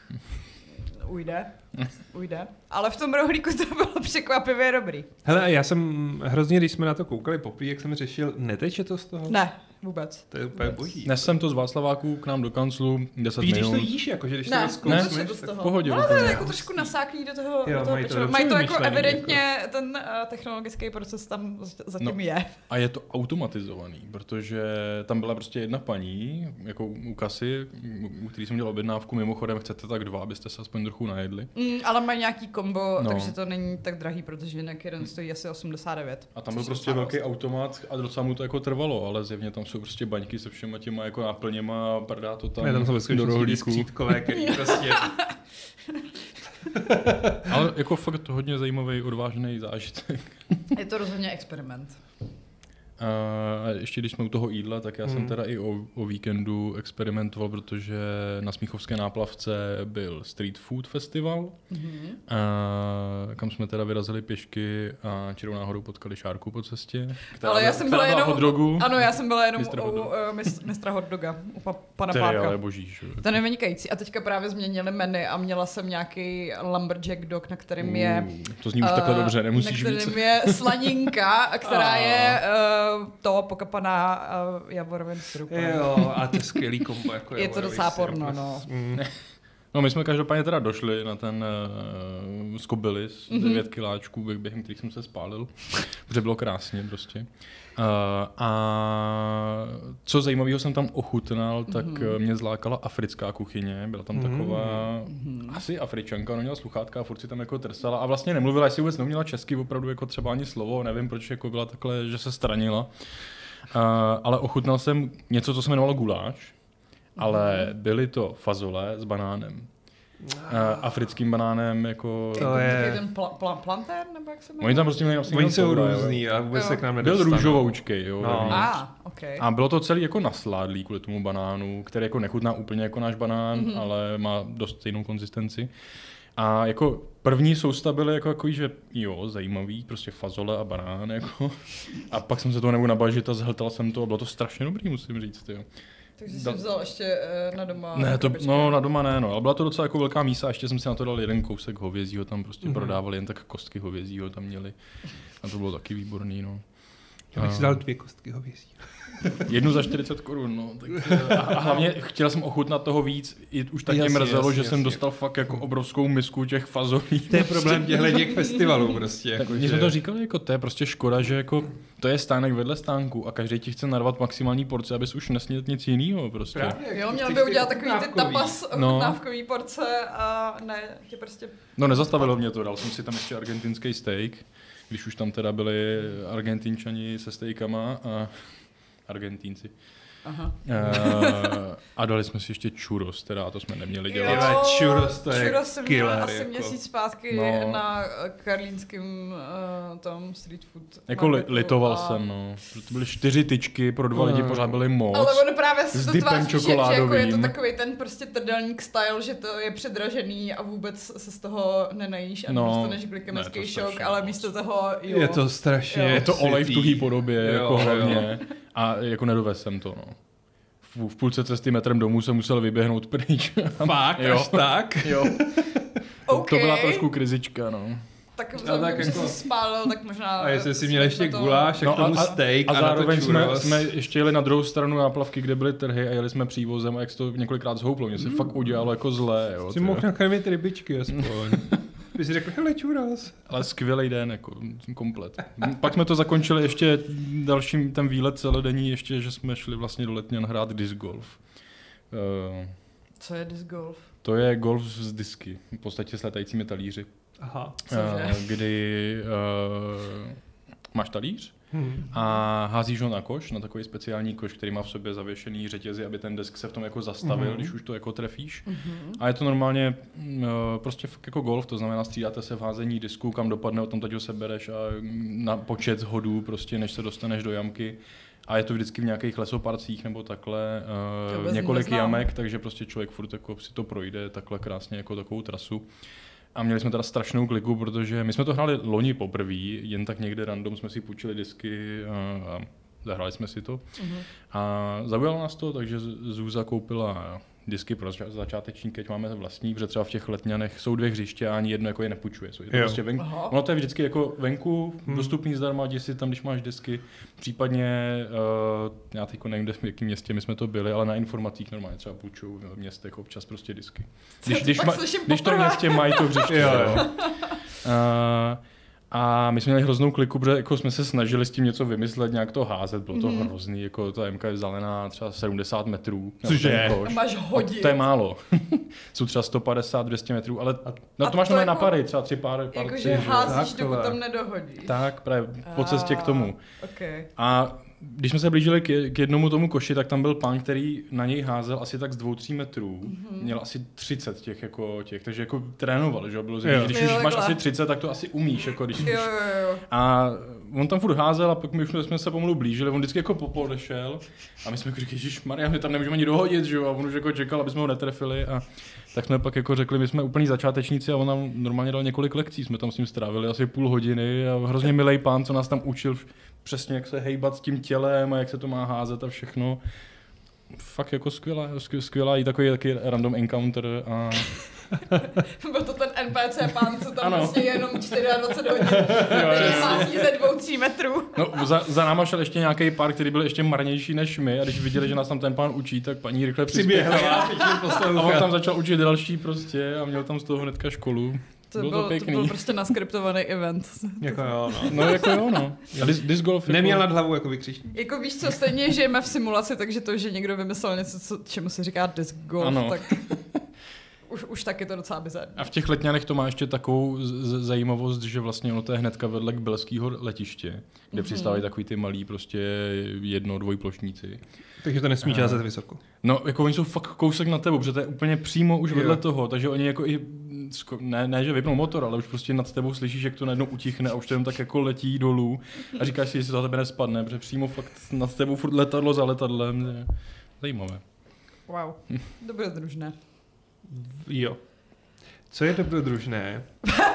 ujde, ujde, ale v tom rohlíku to bylo překvapivě dobrý. Hele, a já jsem hrozně, když jsme na to koukali poprvé, jak jsem řešil, neteče to z toho? Ne, vůbec. To je úplně Vůbec. boží. Dnes jsem to z Václaváku k nám do kanclu deset Spíš, když minut. to jíš, jako, že když Ne, to rozkousneš, ne, to z tak- toho. v pohodě, No, to úplně. je jako trošku nasáklý do toho, Jo, do toho mají to pečiva. dobře Mají to jako vymyšlený, evidentně, ten uh, technologický proces tam zatím No. je. A je to automatizovaný, protože tam byla prostě jedna paní, jako u kasy, u který jsem dělal objednávku, mimochodem chcete tak dva, abyste se aspoň trochu najedli. Mm, ale mají nějaký kombo, No. takže to není tak drahý, protože jinak jeden stojí asi osmdesát devět. A tam byl což je prostě docela velký dost. automat a docela mu to jako trvalo, ale zjevně tam jsou prostě baňky se všema těma jako náplněma a prdá to tam, Ne, tam jsou do skutečně rohlíku. skřítkové, který prostě... Ale jako fakt hodně zajímavý, odvážný zážitek. Je to rozhodně experiment. A ještě když jsme u toho jídla, tak já Hmm. jsem teda i o, o víkendu experimentoval, protože na Smíchovské náplavce byl Street Food Festival, Mhm. a kam jsme teda vyrazili pěšky a čirou náhodou potkali Šárku po cestě. Která, Ale já jsem která byla byla jenom... hot dogu. Ano, já jsem byla jenom Mistr u hot dog. uh, mis, mistra hotdoga, u pa, pana To je Párka. ale boží, že? Ten je vynikající. A teďka právě změnili menu a měla jsem nějaký lumberjack dog, na kterém je... Uh, to zní už takhle eh, dobře, nemusíš na víc. kterém je slaninka, která Ah. je uh, to pokapaná uh, javorovým syrupem. Jo, a to je skvělý kombo. Jako Je to javorový docela syrup, porno, prostě. no. Mm. No my jsme každopádně teda došli na ten uh, skobylis, Mhm. devět kiláčků, bě- během kterých jsem se spálil, protože bylo krásně prostě. Uh, a co zajímavého jsem tam ochutnal, tak Mhm. mm-hmm. mě zlákala africká kuchyně, byla tam Mhm. taková Mhm. asi Afričanka, ona měla sluchátka a furt si tam jako trsala a vlastně nemluvila, jestli vůbec neuměla česky, opravdu jako třeba ani slovo, nevím proč jako byla takhle, že se stranila. Uh, ale ochutnal jsem něco, co se jmenovalo guláš, ale byly to fazole s banánem. Uh, africkým banánem jako... To je- Takový ten pla, pla, plantér, nebo jak se jmenuje? Oni tam prostě měli vlastně Oni jenom jsou tohle, jo. různý a vůbec Jo. se k nám Byl nedostanou. růžovoučkej, jo. No. vevnitř. Ah, ok. A bylo to celý jako nasládlý kvůli tomu banánu, který jako nechutná úplně jako náš banán, Mhm. mm-hmm. ale má dost stejnou konzistenci. A jako první sousta byly jako takový, že jo, zajímavý, prostě fazole a banán, jako. A pak jsem se toho nemohl nabažit a zhltal jsem to a bylo to strašně dobrý, musím říct, jo. Takže jsi Da- vzal ještě uh, na doma Ne, to, krabičky. no na doma ne, no, ale byla to docela jako velká mísa a ještě jsem si na to dal jeden kousek hovězího, tam prostě Mhm. mm-hmm. prodávali jen tak kostky hovězího tam měli. A to bylo taky výborný, no. Já bych si dal dvě kostky hovězí. Jednu za čtyřicet korun, no. Tak, a, a hlavně chtěl jsem ochutnat toho víc, i už tak mě Jasně, mrzelo, jasně, že jsem jasně. dostal fakt jako obrovskou misku těch fazolí. To je problém těchto těch festivalů prostě. Tak Jako, my jsme to říkali, jako to je prostě škoda, že jako to je stánek vedle stánku a každý ti chce narvat maximální porci, abys už nesněl nic jiného prostě. Právě, Jo, měl chceš by ty udělat takový ty ochutnávkový. tapas, No. ochutnávkový porce a ne, tě prostě... No nezastavilo mě to, dal jsem si tam ještě argentinský steak, když už tam teda byli Argentinčani se steakama a Argentínci. Aha. Uh, a dali jsme si ještě churros, teda a to jsme neměli dělat. Jo. churros, to je churros jsem měla killer, asi jako. měsíc zpátky No. na karlínském uh, tom street food. Jako li, marketu litoval a- jsem, no. To byly čtyři tyčky, pro dva Mm. lidi pořád byly moc. Ale ono právě S se to dipem tváří, že, že jako je to čokoládovým. takový ten prostě trdelník style, že to je předražený a vůbec se z toho nenajíš a No, nedostaneš ne, glykemický to šok, strašně ale moc. místo toho jo. Je to strašně Jo. Je to olej v sytý. tuhý podobě, Jo, jako jo. hlavně. A jako nedovez jsem to, no. V, v půlce cesty metrem domů jsem musel vyběhnout pryč. Fakt, Jo. až tak? Jo. OK. To byla trošku krizička, no. Tak No, vzhledem, tak tak že jako- jsi spálil, tak možná... A jestli jsi měl jsme ještě to- guláš, tak tomu steak No, a, a, a zároveň na to jsme, churros. jsme ještě jeli na druhou stranu náplavky, kde byly trhy a jeli jsme přívozem a jak se to několikrát zhouplo. Mně se Mm. fakt udělalo jako zlé. Jo, Si to- mohl nakrmit rybičky aspoň. By si řekl, hele, churros. Ale skvělý den, jako komplet. Pak jsme to zakončili ještě dalším ten výlet celodenní, ještě, že jsme šli vlastně do Letňan hrát disc golf. Uh, Co je disc golf? to je golf z disky, v podstatě s letajícími talíři. Aha. Cože? Uh, kdy uh, máš talíř Hmm. a házíš ho na koš, na takový speciální koš, který má v sobě zavěšený řetězy, aby ten desk se v tom jako zastavil, Mhm. když už to jako trefíš. Mhm. A je to normálně uh, prostě fakt jako golf, to znamená střídáte se v házení disku, kam dopadne, o tom teď ho sebereš a na počet hodů prostě, než se dostaneš do jamky. A je to vždycky v nějakých lesoparcích nebo takhle, To uh, vůbec několik neznám. jamek, takže prostě člověk furt jako si to projde takhle krásně jako takovou trasu. A měli jsme teda strašnou kliku, protože my jsme to hráli loni poprvé, jen tak někde random jsme si půjčili disky a, a zahráli jsme si to. Mhm. A zaujalo nás to, takže Zúza koupila disky pro zača- začátečníky, keď máme vlastní, protože třeba v těch Letňanech jsou dvě hřiště a ani jedno jako je nepůjčuje. Jsou to prostě venku. Ono to je vždycky jako venku, hmm. dostupný zdarma, jdi si tam, když máš disky. Případně, uh, já teď nevím, v jakém městě my jsme to byli, ale na informacích normálně třeba půjčují v městech občas prostě disky. Když, to, když, ma, když to v městě mají to hřiště, jo. jo. Uh, A my jsme měli hroznou kliku, protože jako jsme se snažili s tím něco vymyslet, nějak to házet, bylo to mm. hrozný, jako ta M K je vzdálená třeba sedmdesát metrů. Cože? Máš hodit. To je málo. Jsou třeba sto padesát dvě stě metrů, ale no, to, to máš to jako, na pary, třeba tři pár, pár jako, že házíš, dokud tam nedohodíš. Tak, právě po cestě k tomu. Okay. A když jsme se blížili k, k jednomu tomu koši, tak tam byl pán, který na něj házel asi tak z dvou, tří metrů. Mm-hmm. Měl asi třicet těch, jako těch, takže jako trénoval, že bylo, jo. Když jo, už máš asi třicet, tak to asi umíš, jako když... Jo, jo, jo. A on tam furt házel a pak my už jsme se pomalu blížili, on vždycky jako podešel a my jsme jako řekli, ježišmarja, my tam nemůžeme ani dohodit, že jo, a on už jako čekal, aby jsme ho netrefili a tak jsme pak jako řekli, my jsme úplní začátečníci a on nám normálně dal několik lekcí, jsme tam s ním strávili asi půl hodiny a hrozně milej pán, co nás tam učil přesně, jak se hejbat s tím tělem a jak se to má házet a všechno. Fakt jako skvělá, skvělá i takový taky random encounter a... Byl to ten N P C pán, co tam vlastně jenom dvacet čtyři hodin, který hází ze dvou, tří metrů. No, za, za náma šel ještě nějaký pár, který byl ještě marnější než my a když viděli, že nás tam ten pán učí, tak paní rychle přispěchla a on tam začal učit další prostě a měl tam z toho hnedka školu. To byl, byl, to byl prostě naskriptovaný event. Jako jo, no. No jako jo, no. A dis, disc golf neměl jako... nad hlavou jako vykřičník. Jako víš co, stejně žijeme v simulaci, takže to, že někdo vymyslel něco, co, čemu se říká disc golf, ano. tak už, už tak je to docela bizarní. A v těch Letňanech to má ještě takovou z- zajímavost, že vlastně ono to je hnedka vedle Belského letiště, kde mm-hmm. přistávají takový ty malí prostě jedno, dvojplošníci. Takže to nesmí házet vysoko. No, jako oni jsou fakt kousek na tebou, protože to je úplně přímo už vedle jo. toho, takže oni jako i ne, ne, že vypnou motor, ale už prostě nad tebou slyšíš, jak to najednou utichne a už to jen tak jako letí dolů a říkáš si, jestli to za tebe nespadne, protože přímo fakt nad tebou furt letadlo za letadlem. Zajímavé. Wow, dobrodružné. Jo. Co je dobrodružné?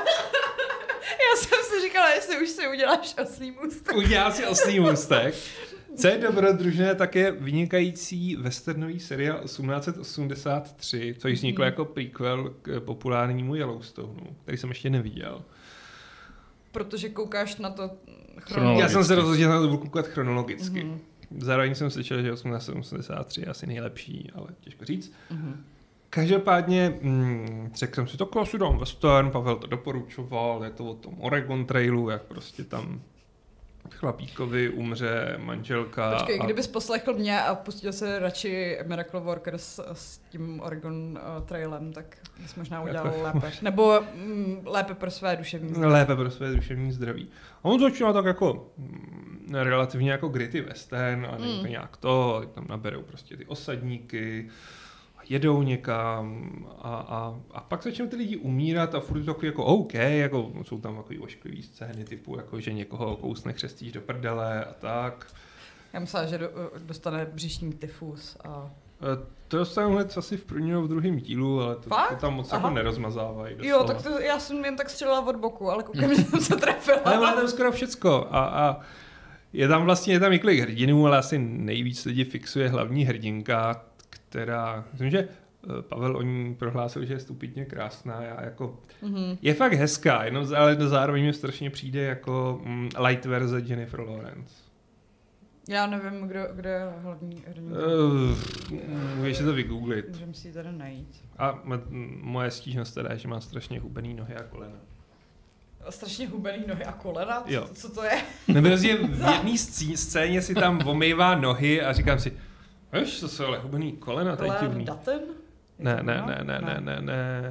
Já jsem si říkala, jestli už si uděláš oslý můstek. Udělám si oslý můstek. Co je dobrodružné, tak je vynikající westernový seriál osmnáct osmdesát tři, což vzniklo mm. jako prequel k populárnímu Yellowstoneu, který jsem ještě neviděl. Protože koukáš na to chronologicky. Já jsem se rozhodl, že na to budu koukat chronologicky. Mm. Zároveň jsem slyšel, že osmnáct osmdesát tři je asi nejlepší, ale těžko říct. Mm. Každopádně, mm, řekl jsem si, takhle si dám western, Pavel to doporučoval, je to o tom Oregon Trailu, jak prostě tam chlapíkovi umře manželka. Počkej, a... kdybys poslechl mě a pustil se radši Miracle Workers s tím Oregon uh, Trailem, tak bys možná udělal jako... lépe. Nebo mm, lépe pro své duševní zdraví. Lépe pro své duševní zdraví. A on začíná tak jako mm, relativně jako gritty western a není to mm. nějak to, tam naberou prostě ty osadníky, jedou někam a, a, a pak začnou ty lidi umírat a furt takový jako OK, jako jsou tam takový ošklivý scény typu, jako že někoho kousne křestíš do prdele a tak. Já myslela, že do, dostane břišní tyfus a... To dostanu hned asi v prvním a v druhém dílu, ale to, to tam moc Aha. jako nerozmazávají. Jo, tak to, já jsem jen tak střelila od boku, ale koukám, že jsem se trefila. Ale má tam skoro všecko a, a je tam vlastně je tam několik hrdinů, ale asi nejvíc lidi fixuje hlavní hrdinka, která, myslím, že Pavel o ní prohlásil, že je stupidně krásná, já jako, mm-hmm. je fakt hezká, jenom, ale zároveň mi strašně přijde jako mm, light verze Jennifer Lawrence. Já nevím, kdo, kdo je hlavní hrdinka. Uh, můžeš si to vygooglit. Můžeme si ji tady najít. A m- moje stížnost teda je, že má strašně hubený nohy a kolena. Strašně hubený nohy a kolena? Co, jo. co to je? Nebo v jedné scéně si tam omývá nohy a říkám si, víš, to jsou ale hubený kolena, tady divný. Dutton? Ne, ne, ne, ne, ne, ne, ne.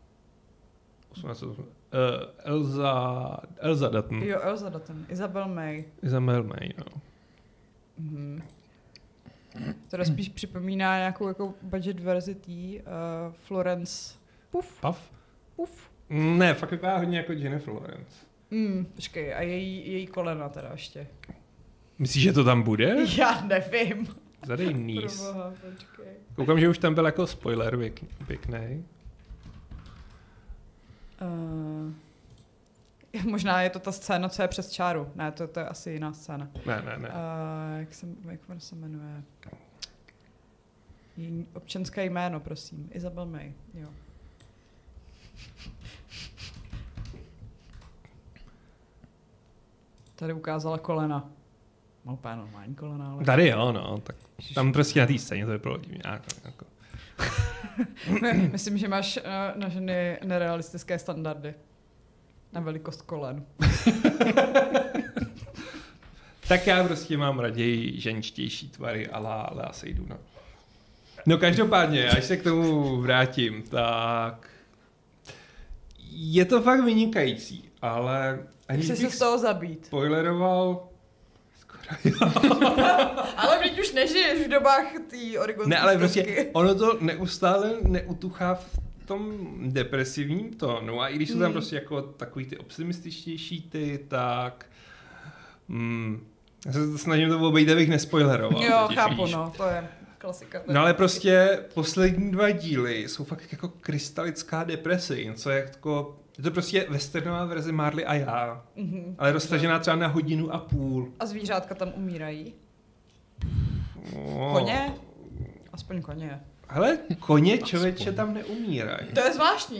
Uh, Elza, Elza Dutton. Jo, Elza Dutton. Isabel May. Isabel May, no. Mhm. To spíš připomíná nějakou jako budget verzi tý, uh, Florence Puff? Puff? Puff? Ne, fakt vypadá hodně jako Jennifer Lawrence. Mm, počkej, a její, její kolena teda ještě. Myslíš, že to tam bude? Já nevím. Zadej níz. Proboha, počkej. Koukám, že už tam byl jako spoiler pěk, pěkný. Uh, možná je to ta scéna, co je přes čáru. Ne, to, to je asi jiná scéna. Ne, ne, ne. Uh, jak, se, jak se jmenuje? Její občanské jméno, prosím. Isabel May, jo. Tady ukázala kolena. No, úplně normální kolena, ale... Tady jo, no, tak tam prostě na té scéně to vypadalo divně. Jako. Myslím, že máš uh, na ženy nerealistické standardy. Na velikost kolen. Tak já prostě mám raději ženštější tvary ala Lea Seydoux, no. No každopádně, až se k tomu vrátím, tak je to fakt vynikající, ale aniž Chci se bych z toho zabít. spoileroval, skoro jo. Ale teď už nežiješ v dobách té oregonské Ne, ale prostě ono to neustále neutuchá v tom depresivním tónu a i když jsou tam Hmm. prostě jako takový ty optimističtější ty, tak mm, já se to snažím to obejít, abych nespoileroval. Jo, totiž, chápu, víš. no, to je klasika. No ale prostě poslední dva díly jsou fakt jako krystalická deprese, něco jako, je to prostě westernová verze Marley a já, Mhm. ale roztažená třeba na hodinu a půl. A zvířátka tam umírají? No. Koně? Aspoň koně. Hele, koně člověče tam neumírají. To je zvláštní.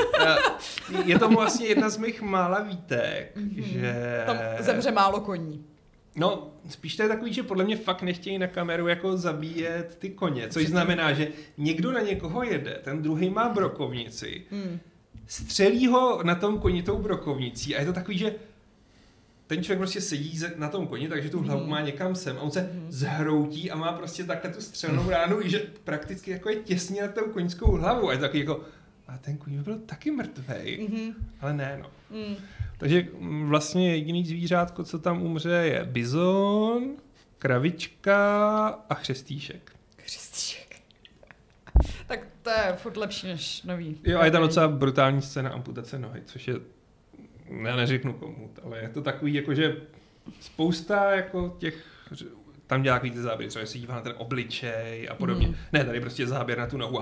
Je to vlastně jedna z mých mála výtek, Mhm. že... Tam zemře málo koní. No, spíš to je takový, že podle mě fakt nechtějí na kameru jako zabíjet ty koně, což znamená, že někdo na někoho jede, ten druhý má brokovnici, Hmm. střelí ho na tom koni tou brokovnicí a je to takový, že ten člověk prostě sedí ze- na tom koni, takže tu hlavu Mhm. má někam sem a on se Mhm. zhroutí a má prostě takhle tu střelnou ránu, že prakticky jako je těsně nad tou koňskou hlavu a je to takový jako, a ten koň byl taky mrtvej, Mhm. ale ne no. Hmm. Takže mm, vlastně jediný zvířátko, co tam umře, je bizon, kravička a chřestíšek. Křestíček. Tak to je furt lepší než nový. Jo, a je tam docela brutální scéna amputace nohy, což je, já neřeknu komu, ale je to takový, jakože spousta jako těch, tam dělá takový ty záběry, třeba se dívá na ten obličej a podobně. Mm. Ne, tady prostě záběr na tu nohu a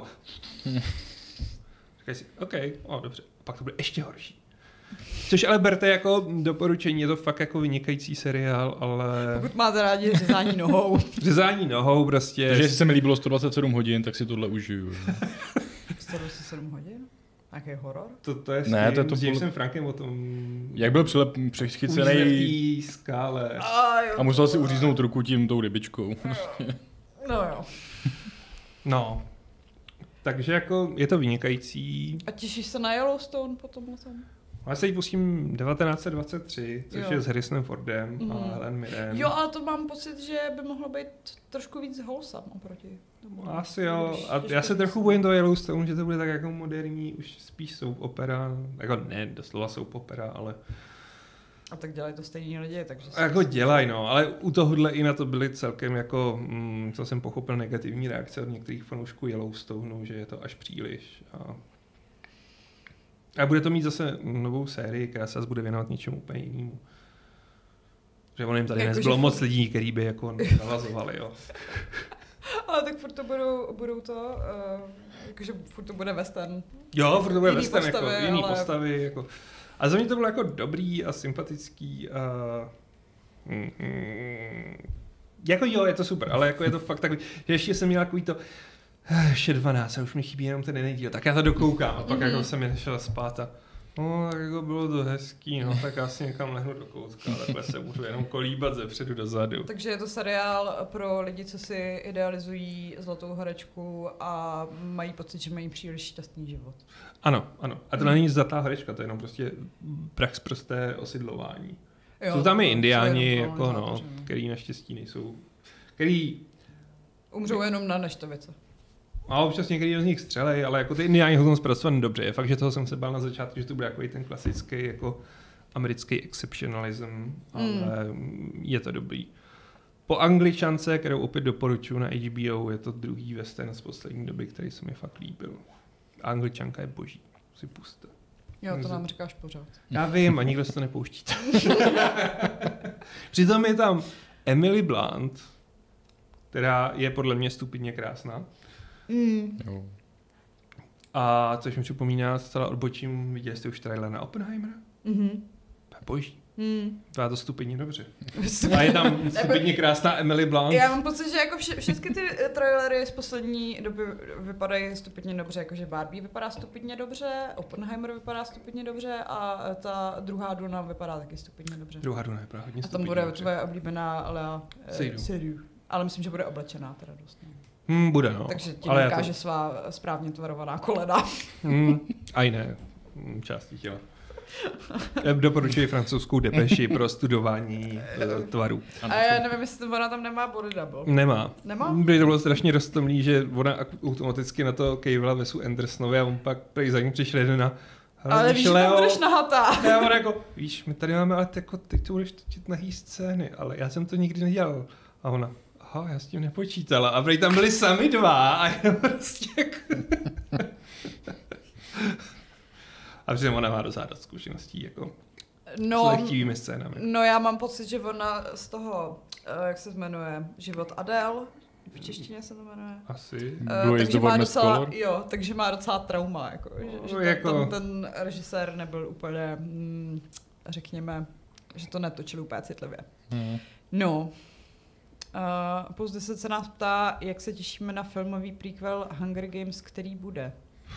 říkají si, OK, o, dobře, a pak to bude ještě horší. Což ale berte jako doporučení, je to fakt jako vynikající seriál, ale Pokud máte rádi řezání nohou. řezání nohou prostě. Takže jestli se mi líbilo sto dvacet sedm hodin, tak si tohle užiju. sto dvacet sedm hodin? Nějaký horor? To, to je s, Ne, tím, to je to s Jamesem půl- Frankem o tom Jak byl přilep, uřízne přechycený v té skále. A, jo, a musel si uříznout ruku tím tou rybičkou. No jo. No. Takže jako je to vynikající. A těšíš se na Yellowstone potom na tom? Já se jí pustím devatenáct set dvacet tři, což Jo. je s Harrisonem Fordem Mhm. a Helen Mirren. Jo, ale to mám pocit, že by mohlo být trošku víc wholesome oproti tomu. Asi jo. Když- A když já to se víc- trochu bojím toho Yellowstone, že to bude tak jako moderní, už spíš soap opera. Jako ne, doslova soap opera, ale A tak dělají to stejní lidi, takže... si- jako dělají, no. Ale u tohohle i na to byly celkem jako, mm, co jsem pochopil, negativní reakce od některých fanoušků Yellowstoneu, že je to až příliš. A, a bude to mít zase novou sérii, která se zase bude věnovat něčemu úplně jinému. Že on jim tady Jako, nezbylo že- moc lidí, který by jako navazovali, jo. Ale tak furt to budou, budou to, uh, jakože furt to bude western. Jo, furt to bude Jiný western, jako postavy, jiný ale- postavy, jako. A za mě to bylo jako dobrý a sympatický a... Mm, mm, jako jo, je to super, ale jako je to fakt takový, že ještě jsem měl takový to, "Eh, ještě dvanáct a už mi chybí jenom ten jeden díl, tak já to dokoukám a pak Mhm. jako jsem mi nešel spát a no, tak jako bylo to hezký, no, tak já si někam lehnu do koutka, a takhle se můžu jenom kolíbat ze předu do zadu. Takže je to seriál pro lidi, co si idealizují zlatou horečku a mají pocit, že mají příliš šťastný život. Ano, ano. A to Mhm. není zlatá horečka, to je jenom prostě prax prosté osidlování. Jo, Jsou tam i to- indiáni, to je jako jenom no, zápořené. který naštěstí nejsou, který, Umřou jenom na neštovice. a občas některý z nich střelej, ale jako ty indiáni jsou tam zpracovaný dobře. Je fakt, že toho jsem se bál na začátku, že to bude jako ten klasický jako americký exceptionalism, ale mm. je to dobrý. Po Angličance, kterou opět doporučuji na H B O, je to druhý western z poslední doby, který se mi fakt líbil. Angličanka je boží, si puste. Jo, to nám říkáš pořád. Já vím, a nikdo se to nepouští. Přitom je tam Emily Blunt, která je podle mě stupidně krásná. Mm. Jo. A což mi připomíná, zcela odbočím, viděli jste už trailer na Oppenheimer? Mhm. To je boží. Hmm. Vypadá to stupidně dobře. A je tam stupidně krásná Emily Blunt. Já mám pocit, že jako vše, všechny ty trailery z poslední doby vypadají stupidně dobře, jakože Barbie vypadá stupidně dobře, Oppenheimer vypadá stupidně dobře a ta druhá Duna vypadá taky stupidně dobře. Druhá Duna vypadá hodně A tam stupidně bude dobře. tvoje oblíbená Lea Seydoux. Seydoux. Ale myslím, že bude oblečená teda dost. Ne? Hmm, bude, no. Takže ti Ale já dokáže to... svá správně tvarovaná kolena. Hmm, a jiné hmm, části těla. Doporučuji francouzskou depeši pro studování uh, tvarů. A já nevím, jestli ona tam nemá body double. Nemá. Nemá? By to bylo strašně roztomlý, že ona automaticky na to kejvala Wesu Andersonovi a on pak prej za ním přišel jeden na ale víš, že tam budeš nahatá. Já on jako, víš, my tady máme, ale jako, teď to budeš točit nahý scény, ale já jsem to nikdy nedělal. A ona, aha, já s tím nepočítala. A prej tam byli sami dva a já prostě jako... A přitom ona má docela dost zkušeností, jako no, s lehtivými scénami. No já mám pocit, že ona z toho, uh, jak se jmenuje, Život Adele, v češtině se to jmenuje. Asi. Uh, takže má docela, jo, takže má docela trauma, jako, že, že jako... tam ten režisér nebyl úplně, mm, řekněme, že to netočil úplně citlivě. Hmm. No, uh, Plus deset se nás ptá, jak se těšíme na filmový prequel Hunger Games, který bude.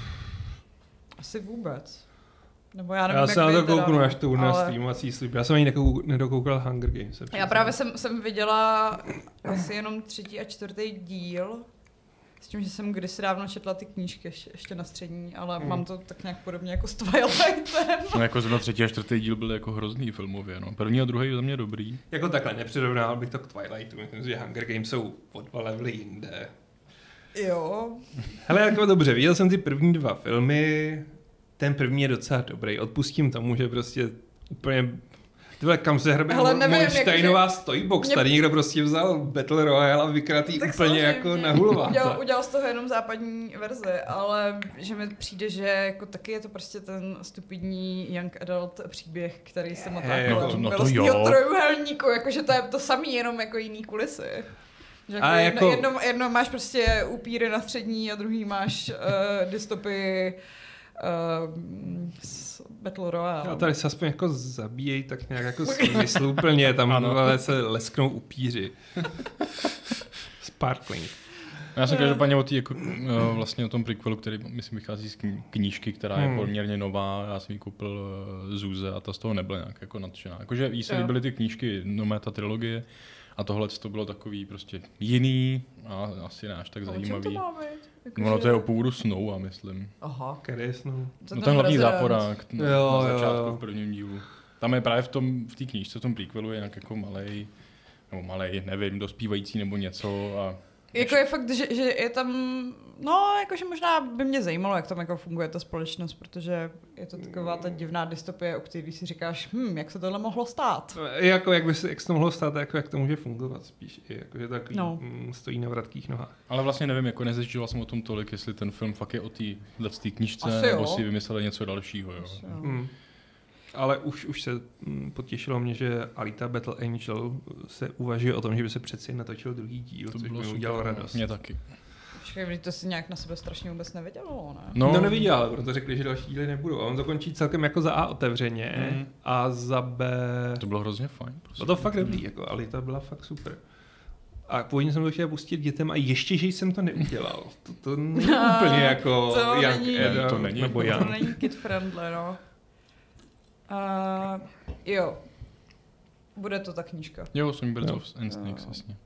Asi vůbec. Nebo já nevím, já se na to kouknu, teda, až to bude ale... na streamovací službě. Já jsem ani nedokoukal Hunger Games. Já právě jsem, jsem viděla asi jenom třetí a čtvrtý díl, s tím, že jsem kdysi dávno četla ty knížky ještě, ještě na střední, ale hmm. mám to tak nějak podobně jako s Twilightem. No jako zrovna třetí a čtvrtý díl byl jako hrozný filmově, no. První a druhý za mě dobrý. Jako takhle, nepřirovnával bych to k Twilightu, myslím si, že Hunger Games jsou o dva levely jinde. Jo. Hele, jako dobře, viděl jsem ty první dva filmy, ten první je docela dobrý, odpustím tomu, že prostě úplně... Tyhle, kam se hrbe Monsteinová jako, storybox, mě... tady někdo prostě vzal Battle Royale a vykratý tak úplně jako na hulováta. Udělal, udělal z toho jenom západní verzi, ale že mi přijde, že jako taky je to prostě ten stupidní young adult příběh, který se motá hey, kolem no milostního trojuhelníku, jakože to je to samý, jenom jako jiný kulisy. Že jako jedno, jako... jedno, jedno máš prostě upíry na střední a druhý máš uh, dystopy uh, Battle Royale. A tady se aspoň jako zabíjejí tak nějak jako smysluplně, tam ale se lesknou upíři. Sparkling. Já jsem každopádně o, tý, jako, vlastně o tom prequelu, který myslím vychází z knížky, která je hmm. poměrně nová. Já jsem ji koupil Zuze a ta z toho nebyla nějak jako nadšená. Jakože jí se líbily ty knížky, no ta trilogie. A tohle to bylo takový prostě jiný a asi ne až tak zajímavý. To má být? Jako ono že... to je o původu Snow, a myslím. Aha. Který je Snow? No ten hlavní záporák no, jo, na začátku jo. v prvním dílu. Tam je právě v tom v té knížce, v tom prequelu je nějak jako malej, nebo malej, nevím, dospívající nebo něco a... Jako je fakt, že, že je tam, no jakože možná by mě zajímalo, jak tam jako funguje ta společnost, protože je to taková ta divná dystopie, o který si říkáš, hm, jak se tohle mohlo stát. Jako jak by se, jak se to mohlo stát, jako jak to může fungovat spíš, jako že takový no. m, stojí na vratkých nohách. Ale vlastně nevím, jako nezjišťoval jsem o tom tolik, jestli ten film fakt je o té knížce, asi nebo jo. si vymysleli něco dalšího, jo. Asi jo. Hmm. Ale už, už se m, potěšilo mě, že Alita Battle Angel se uvažuje o tom, že by se přeci natočil druhý díl, to což bylo mi super, udělalo radost. Mě taky. Počkej, to si nějak na sebe strašně vůbec nevydělalo, ne? No, no neviděl, ale proto řekli, že další díly nebudou. A on to končí celkem jako za A otevřeně mm. a za B... To bylo hrozně fajn. Prostě. No to fakt dobrý, jako Alita byla fakt super. A původně jsem to chtěl pustit dětem a ještě, že jsem to neudělal. To, to není úplně jako to young není, adult, to není, nebo young. To není kid friendly, no. Uh, jo. Bude to ta knížka. Jo, Songbirds of Instincts, uh, jasně.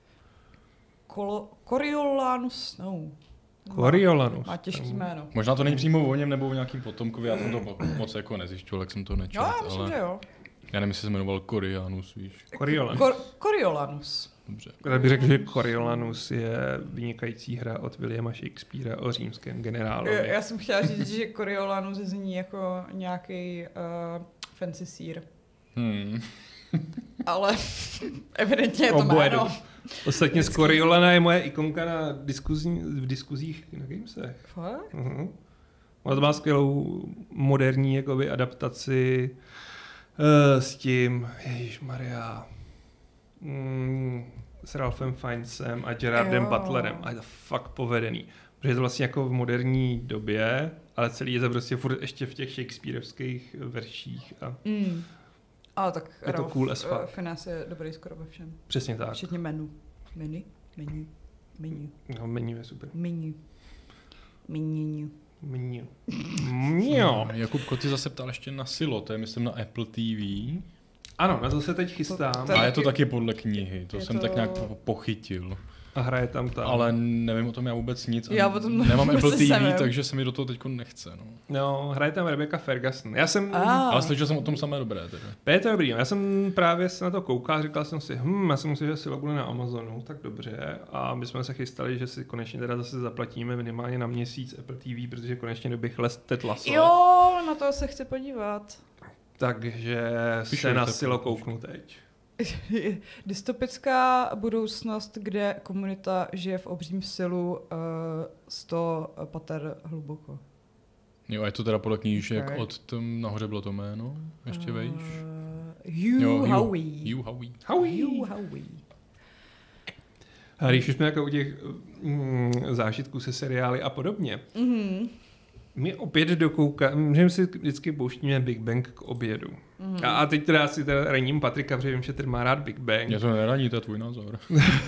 Kolo, Coriolanus Snow. Coriolanus. Má těžký jméno. Možná to není přímo o něm nebo o nějakým potomkovi, já jsem to moc jako nezjišťoval, jak jsem to nečetl. Jo, já myslím, ale že jo. Já nevím, jestli se jmenoval Coriolanus, víš. Coriolanus. Cor- Coriolanus. Dobře. Já bych řekl, že Coriolanus je vynikající hra od Williama Shakespearea o římském generálovi. Já, já jsem chtěla říct, že Coriolanus zní jako nějaký uh, fancy sír. Hmm. Ale evidentně je to Oboje jméno. Ostatně z Coriolana je moje ikonka na diskuzí, v diskuzích na Gamesech. Fakt? Uh-huh. Ona to má skvělou moderní jakoby, adaptaci uh, s tím, ježišmarja, mm, s Ralphem Fiennesem a Gerardem Jo. Butlerem. A je to fakt povedený. Protože je to vlastně jako v moderní době, ale celý je to prostě furt ještě v těch shakespeareovských verších. A, Mm. Ale tak Je to Ralph cool as fuck. Fiennes je dobrý skoro ve všem. Přesně tak. Včetně menu. Menu? Menu. Menu. No, menu je super. Menu. Menu. Menu. Mňo. Jakubko, ty zase ptal ještě na Silo, to je myslím na Apple T V. Ano, na to se teď chystám. To- to- A je to taky podle knihy, to Je jsem to- tak nějak po- pochytil. A hraje tam ta. Ale nevím o tom já vůbec nic. a Já o tom nemám vůbec Apple T V, nevím. takže se mi do toho teď nechce. No. No, hraje tam Rebecca Ferguson. Já jsem... Ah. Ale slyšel jsem o tom samé dobré. Teda. Je to dobrý. Já jsem právě se na to koukal, říkal jsem si, hm, já jsem myslel, že Silo bude na Amazonu, tak dobře. A my jsme se chystali, že si konečně teda zase zaplatíme minimálně na měsíc Apple T V, protože konečně dobych les Ted Lasso. Jo, na to se chci podívat. Takže Píšu, se na to Silo píšu. kouknu teď. Dystopická budoucnost, kde komunita žije v obřím silu uh, sto pater hluboko. Jo, a je to teda podle knížek Okay. od tom, nahoře bylo to jméno, ještě vejš. Uh, Hugh Jo, Hugh. Howey. Hugh Howey. Howie. Hugh Howey. A když už jsme jako u těch mm, zážitků se seriály a podobně, Mhm. my opět dokoukáme, že si vždycky pouštíme Big Bang k obědu. Mhm. A, a teď teda si teda raním Patrika, protože vím, že ten má rád Big Bang. Mě to neraní, to je tvůj názor.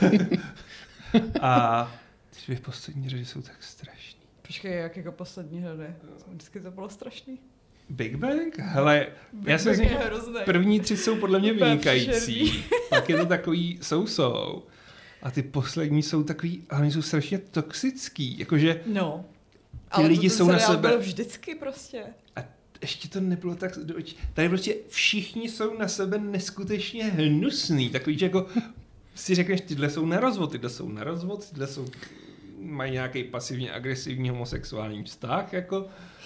A ty dvě poslední řady jsou tak strašný. Počkej, jak jako poslední řady. Vždycky to bylo strašný. Big Bang? Hele, já si Big myslím, Bang že je hrozný. první tři jsou podle mě Úplně vynikající. příšerný. Pak je to takový so-so. A ty poslední jsou takový, ale oni jsou strašně toxický. Jakože No. Ale lidi to ten jsou na seriál sebe- byl vždycky prostě. a ještě to nebylo tak do očí. Tady prostě všichni jsou na sebe neskutečně hnusný. Takový, že jako si řekneš, tyhle jsou na rozvod, tyhle jsou na rozvod, tyhle jsou, mají nějaký pasivně agresivní homosexuální vztah, jako,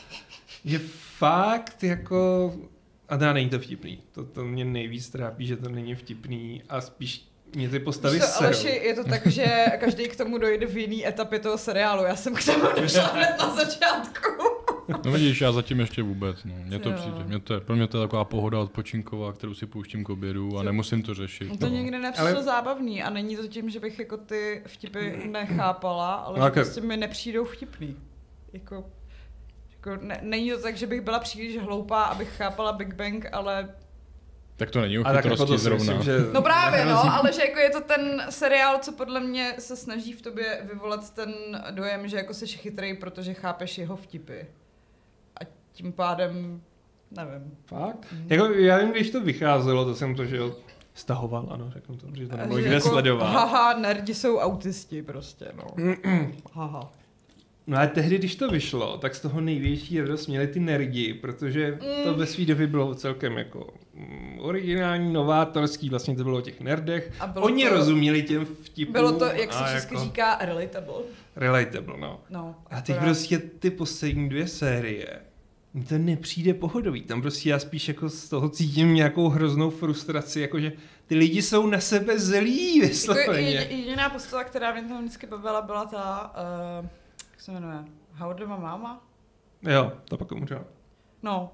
že fakt, jako, a teda není to vtipný. To, to mě nejvíc trápí, že to není vtipný a spíš mě ty postavy Víš co, serou. Aleši, je to tak, že každý k tomu dojde v jiný etapě toho seriálu. Já jsem k tomu došla hned na začátku. No vidíš, já zatím ještě vůbec. No. Mně to Jo. přijde. Mě to je, pro mě to je taková pohoda odpočinková, kterou si pouštím k obědu a nemusím to řešit. To no. nikdy nepřišlo Ale- ale... zábavný a není to tím, že bych jako ty vtipy nechápala, ale No, že jako- prostě mi nepřijdou vtipný. Jako, jako ne, není to tak, že bych byla příliš hloupá, abych chápala Big Bang, ale... Tak to není o A tak jako chytrosti to si zrovna. myslím, že No právě, nehrozí. no, ale že jako je to ten seriál, co podle mě se snaží v tobě vyvolat ten dojem, že jako jsi chytrej, protože chápeš jeho vtipy. A tím pádem, nevím. Fakt? Mhm. Jako, já vím, když to vycházelo, to jsem to, že jo, stahoval, ano, řeknu to, protože to nebylo Že kde jako, sledovat. Haha, nerdi jsou autisti prostě, no. Haha. No a tehdy, když to vyšlo, tak z toho největší radost měli ty nerdi, protože Mm. to ve své době bylo celkem jako mm, originální, novátorský, vlastně to bylo o těch nerdech. A bylo Oni to, rozuměli těm vtipům. Bylo to, jak se a česky jako říká, relatable. relatable, no. No, A teď akorát- prostě ty poslední dvě série, mi to nepřijde pohodový. Tam prostě já spíš jako z toho cítím nějakou hroznou frustraci, jakože ty lidi jsou na sebe zlí Jako vysloveně. jedi- jediná postava, která mě tam vždycky bavila, byla ta, uh, jak se jmenuje, Howardova máma? Jo, to pak umřela. No,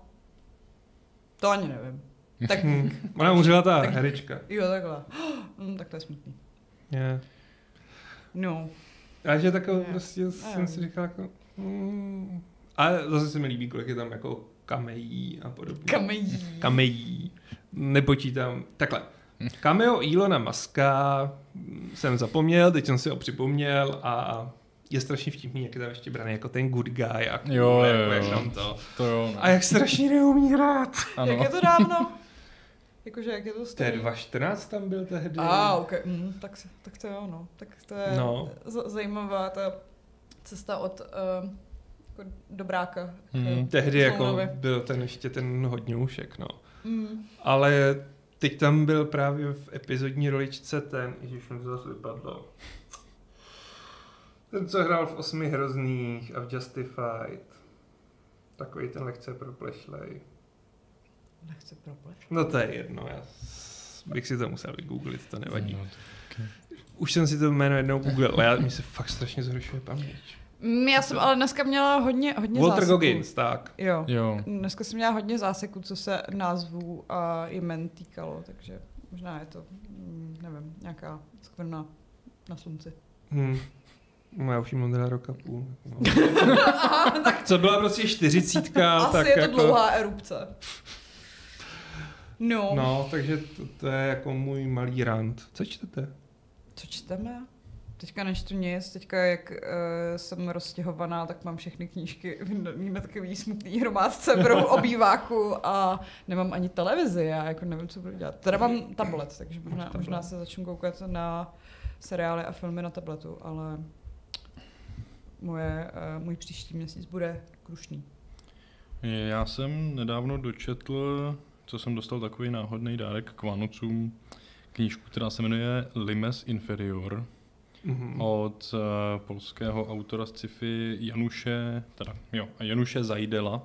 to ani nevím. Tak, Hm. Ona umřela ta Tak- herečka. jo, takhle. Hm, tak to je smutný. Yeah. No. A že takovou Ne. prostě Ne. jsem si říkal jako... Mm. A zase se mi líbí, kolik je tam jako kamejí a podobně. Kamejí. Kamejí. Nepočítám. Takhle. Cameo Elona Muska jsem zapomněl, teď jsem si ho připomněl a je strašně vtipný, jak je tam ještě braný jako ten good guy a Jo, jako jo, jak jo. tam to. To jo. No. A jak strašně neumí hrát. Ano. Jak je to dávno? Jakože, jak je to To je starý? dva čtrnáct tam byl tehdy. A, ok. Mm, tak, si- tak to jo, no. Tak to je No. z- zajímavá ta cesta od uh, jako dobráka. k Mhm. Tehdy jako Slounovi. byl ten ještě ten hodňoušek, no. Mm. Ale teď tam byl právě v epizodní roličce ten, ježiš, mi to zase vypadlo. Ten, co hrál v Osmi hrozných a v Justified. Takový ten lehce proplešlej. Nechci proplet. No to je jedno, já s- bych si to musel vygooglit, to nevadí. No, Už jsem si to jméno jednou googlil, ale já, mi se fakt strašně zhoršuje paměť. Mm, já jsem ale dneska měla hodně, hodně Walter záseků. Goggins, tak. Jo. Jo. Dneska jsem měla hodně záseků, co se názvů a jmen týkalo, takže možná je to, mm, nevím, nějaká skvrna na slunci. Hm. No já už jim modrá roka půl. No. Co byla prostě čtyřicítka, Asi tak je to jako... dlouhá erupce. No. No, takže to, to je jako můj malý rant. Co čtete? Co čteme? Teďka nečtu nic, teďka jak uh, jsem rozstěhovaná, tak mám všechny knížky víme takový smutný hromádce v obýváku a nemám ani televizi, já jako nevím, co budu dělat. Teda mám tablet, takže možná, možná se začnu koukat na seriály a filmy na tabletu, ale moje, uh, můj příští měsíc bude krušný. Já jsem nedávno dočetl, co jsem dostal takový náhodný dárek k Vánocům, knížku, která se jmenuje Limes Inferior, mm-hmm. od uh, polského autora z sci-fi Januše, teda jo, Januše Zajdela.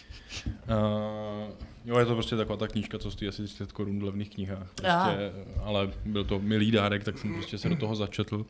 Uh, jo, je to prostě taková ta knížka, co stojí asi třicet korun v levných knihách, prostě, ale byl to milý dárek, tak jsem prostě se do toho začetl.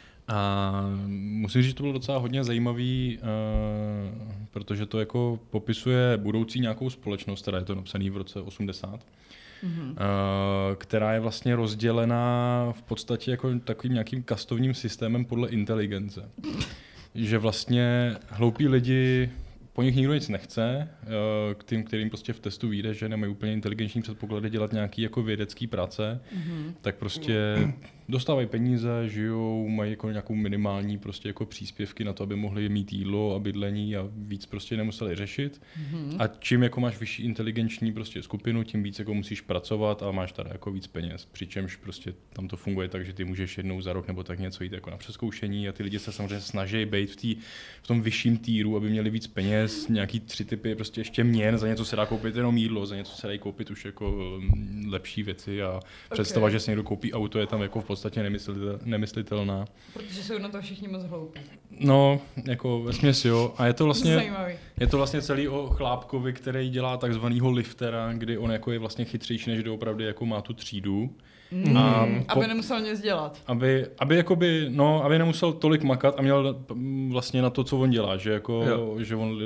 A musím říct, že to bylo docela hodně zajímavý, uh, protože to jako popisuje budoucí nějakou společnost, která je to napsaný v roce osmdesát, mm-hmm. uh, která je vlastně rozdělená v podstatě jako takovým nějakým kastovním systémem podle inteligence. Že vlastně hloupí lidi, po nich nikdo nic nechce, uh, k tým, kterým prostě v testu vyjde, že nemají úplně inteligenční předpoklady dělat nějaký jako vědecký práce, mm-hmm. tak prostě dostávají peníze, žijou, mají jako nějakou minimální prostě jako příspěvky na to, aby mohli mít jídlo a bydlení a víc prostě nemuseli řešit. Mm-hmm. A čím jako máš vyšší inteligenční prostě skupinu, tím víc jako musíš pracovat a máš tady jako víc peněz. Přičemž prostě tam to funguje tak, že ty můžeš jednou za rok nebo tak něco jít jako na přezkoušení a ty lidi se samozřejmě snaží být v, tý, v tom vyšším týru, aby měli víc peněz, nějaký tři typy prostě ještě měn, za něco se dá koupit jenom jídlo, za něco se dají koupit už jako lepší věci a okay. představa, že si někdo koupí auto, je tam jako v podstatě nemyslitel, nemyslitelná. Protože jsou na to všichni moc hloupí. No, jako vesměs jo. A je to vlastně, Zajímavý. Je to vlastně celý o chlápkovi, který dělá takzvanýho liftera, kdy on jako je vlastně chytřejší, než doopravdy jako má tu třídu. Mm. A po, aby nemusel nic dělat. Aby, aby, jakoby, no, aby nemusel tolik makat a měl vlastně na to, co on dělá, že, jako, že on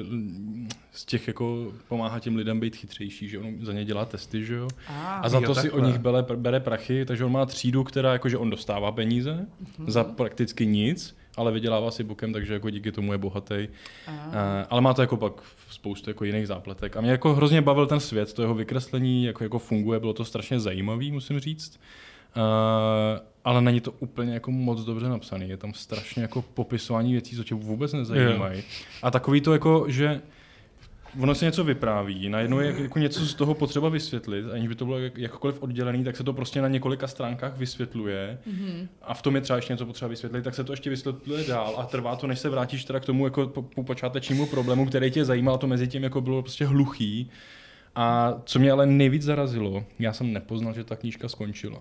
z těch jako pomáhá těm lidem být chytřejší, že on za ně dělá testy, že jo. A, a za to si od nich bere, bere prachy, takže on má třídu, která jakože on dostává peníze mm-hmm. za prakticky nic, ale vydělává si bokem, takže jako díky tomu je bohatý. Uh, ale má to jako pak spoustu jako jiných zápletek. A mě jako hrozně bavil ten svět, to jeho vykreslení, jako, jako funguje, bylo to strašně zajímavý, musím říct. Uh, ale není to úplně jako moc dobře napsaný. Je tam strašně jako popisování věcí, co tě vůbec nezajímají. Yeah. A takový to jako, že ono se něco vypráví, najednou je jako něco z toho potřeba vysvětlit, aniž by to bylo jak, jakkoliv oddělený, tak se to prostě na několika stránkách vysvětluje mm-hmm. a v tom je třeba ještě něco potřeba vysvětlit, tak se to ještě vysvětluje dál a trvá to, než se vrátíš teda k tomu jako po, po počátečnímu problému, který tě zajímal, to mezi tím jako bylo prostě hluchý. A co mě ale nejvíc zarazilo, já jsem nepoznal, že ta knížka skončila.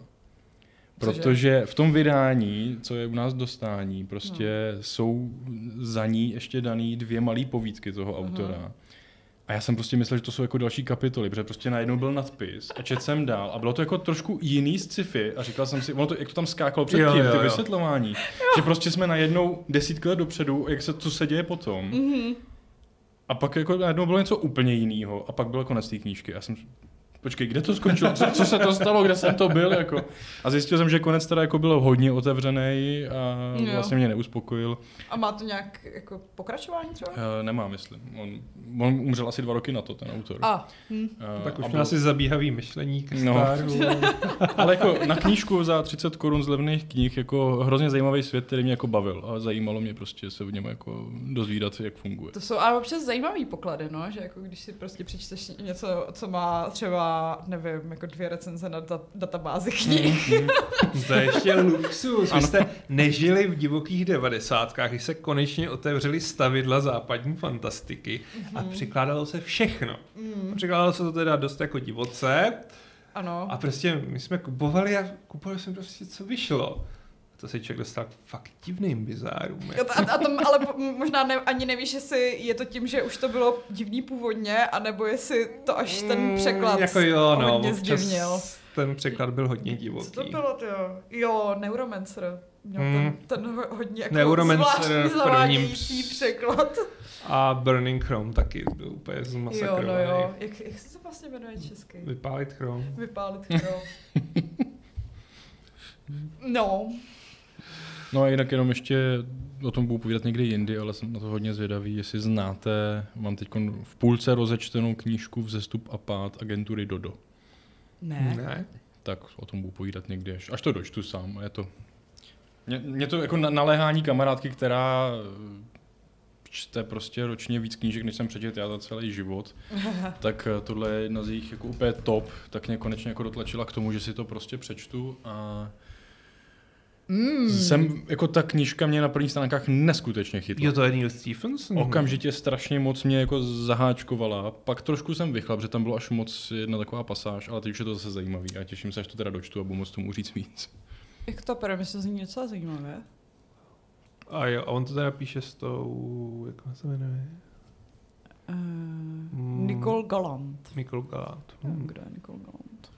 Protože v tom vydání, co je u nás dostání, prostě no. jsou za ní ještě daný dvě malé povídky toho autora. Aha. A já jsem prostě myslel, že to jsou jako další kapitoly, protože prostě najednou byl nadpis a četl jsem dál a bylo to jako trošku jiný sci-fi a říkal jsem si, ono to, jak to tam skákalo předtím, jo, jo, ty jo. vysvětlování, jo. že prostě jsme najednou desítky let dopředu, jak se, co se děje potom. Mm-hmm. A pak jako najednou bylo něco úplně jiného a pak byl konec té knížky. Já jsem počkej, kde to skončilo? Co, co se to stalo? Kde jsem to byl? Jako? A zjistil jsem, že konec teda jako byl hodně otevřený a jo. vlastně mě neuspokojil. A má to nějak jako pokračování třeba? Uh, nemá, myslím. On, on umřel asi dva roky na to, ten autor. A. Hm. Uh, tak už měl asi zabíhavý myšlení ke no. Ale jako na knížku za třicet korun z levných knih jako hrozně zajímavý svět, který mě jako bavil. A zajímalo mě prostě se v něm jako dozvídat, jak funguje. To jsou ale občas zajímavý poklady, no? Že jako když si prostě přečteš něco, co má třeba nevím, jako dvě recenze na da- databázi knih. Mm, to je ještě luxus. Vy jste nežili v divokých devadesátkách, když se konečně otevřely stavidla západní fantastiky mm. a překládalo se všechno. Mm. Překládalo se to teda dost jako divoce. Ano. A prostě my jsme kupovali a kupovali jsme prostě, co vyšlo. To se člověk dostal k fakt divným bizárům. A, a to, ale možná ne, ani nevíš, jestli je to tím, že už to bylo divný původně, anebo jestli to až ten překlad mm, jako jo, no, hodně zdivnil. Ten překlad byl hodně divoký. Co to bylo, jo? Jo, Neuromancer. Měl mm. ten, ten hodně jako Neuromancer zvláštní zavádějící překlad. A Burning Chrome taky byl úplně zmasakrovaný. Jo, no jo. Jak, jak se to vlastně jmenuje česky? Vypálit Chrome. Vypálit Chrome. No. No a jinak jenom ještě o tom budu povídat někdy jindy, ale jsem na to hodně zvědavý, jestli znáte, mám teď v půlce rozečtenou knížku Vzestup a pád agentury Dodo. Ne. Ne. Tak o tom budu povídat někdy, až, až to dočtu sám. Je to... Mě, mě to jako na, naléhání kamarádky, která čte prostě ročně víc knížek, než jsem přečet já za celý život, tak tohle je jedna z jejich jako úplně top, tak mě konečně jako dotlačila k tomu, že si to prostě přečtu a mm. jsem, jako ta knížka mě na prvních stránkách neskutečně chytla. Jo, to je Neil Stephenson. Okamžitě strašně moc mě jako zaháčkovala, pak trošku jsem vychlap, že tam bylo až moc jedna taková pasáž, ale teď už je to zase zajímavý a těším se, až to teda dočtu a budu moc tomu říct víc. Jak to premisa zní docela zajímavé. A jo, a on to teda píše s tou, jak se jmenuje? Uh, mm. Nicole Gallant. Nicole Gallant. Hmm. Nevím, kdo je Nicole Gallant.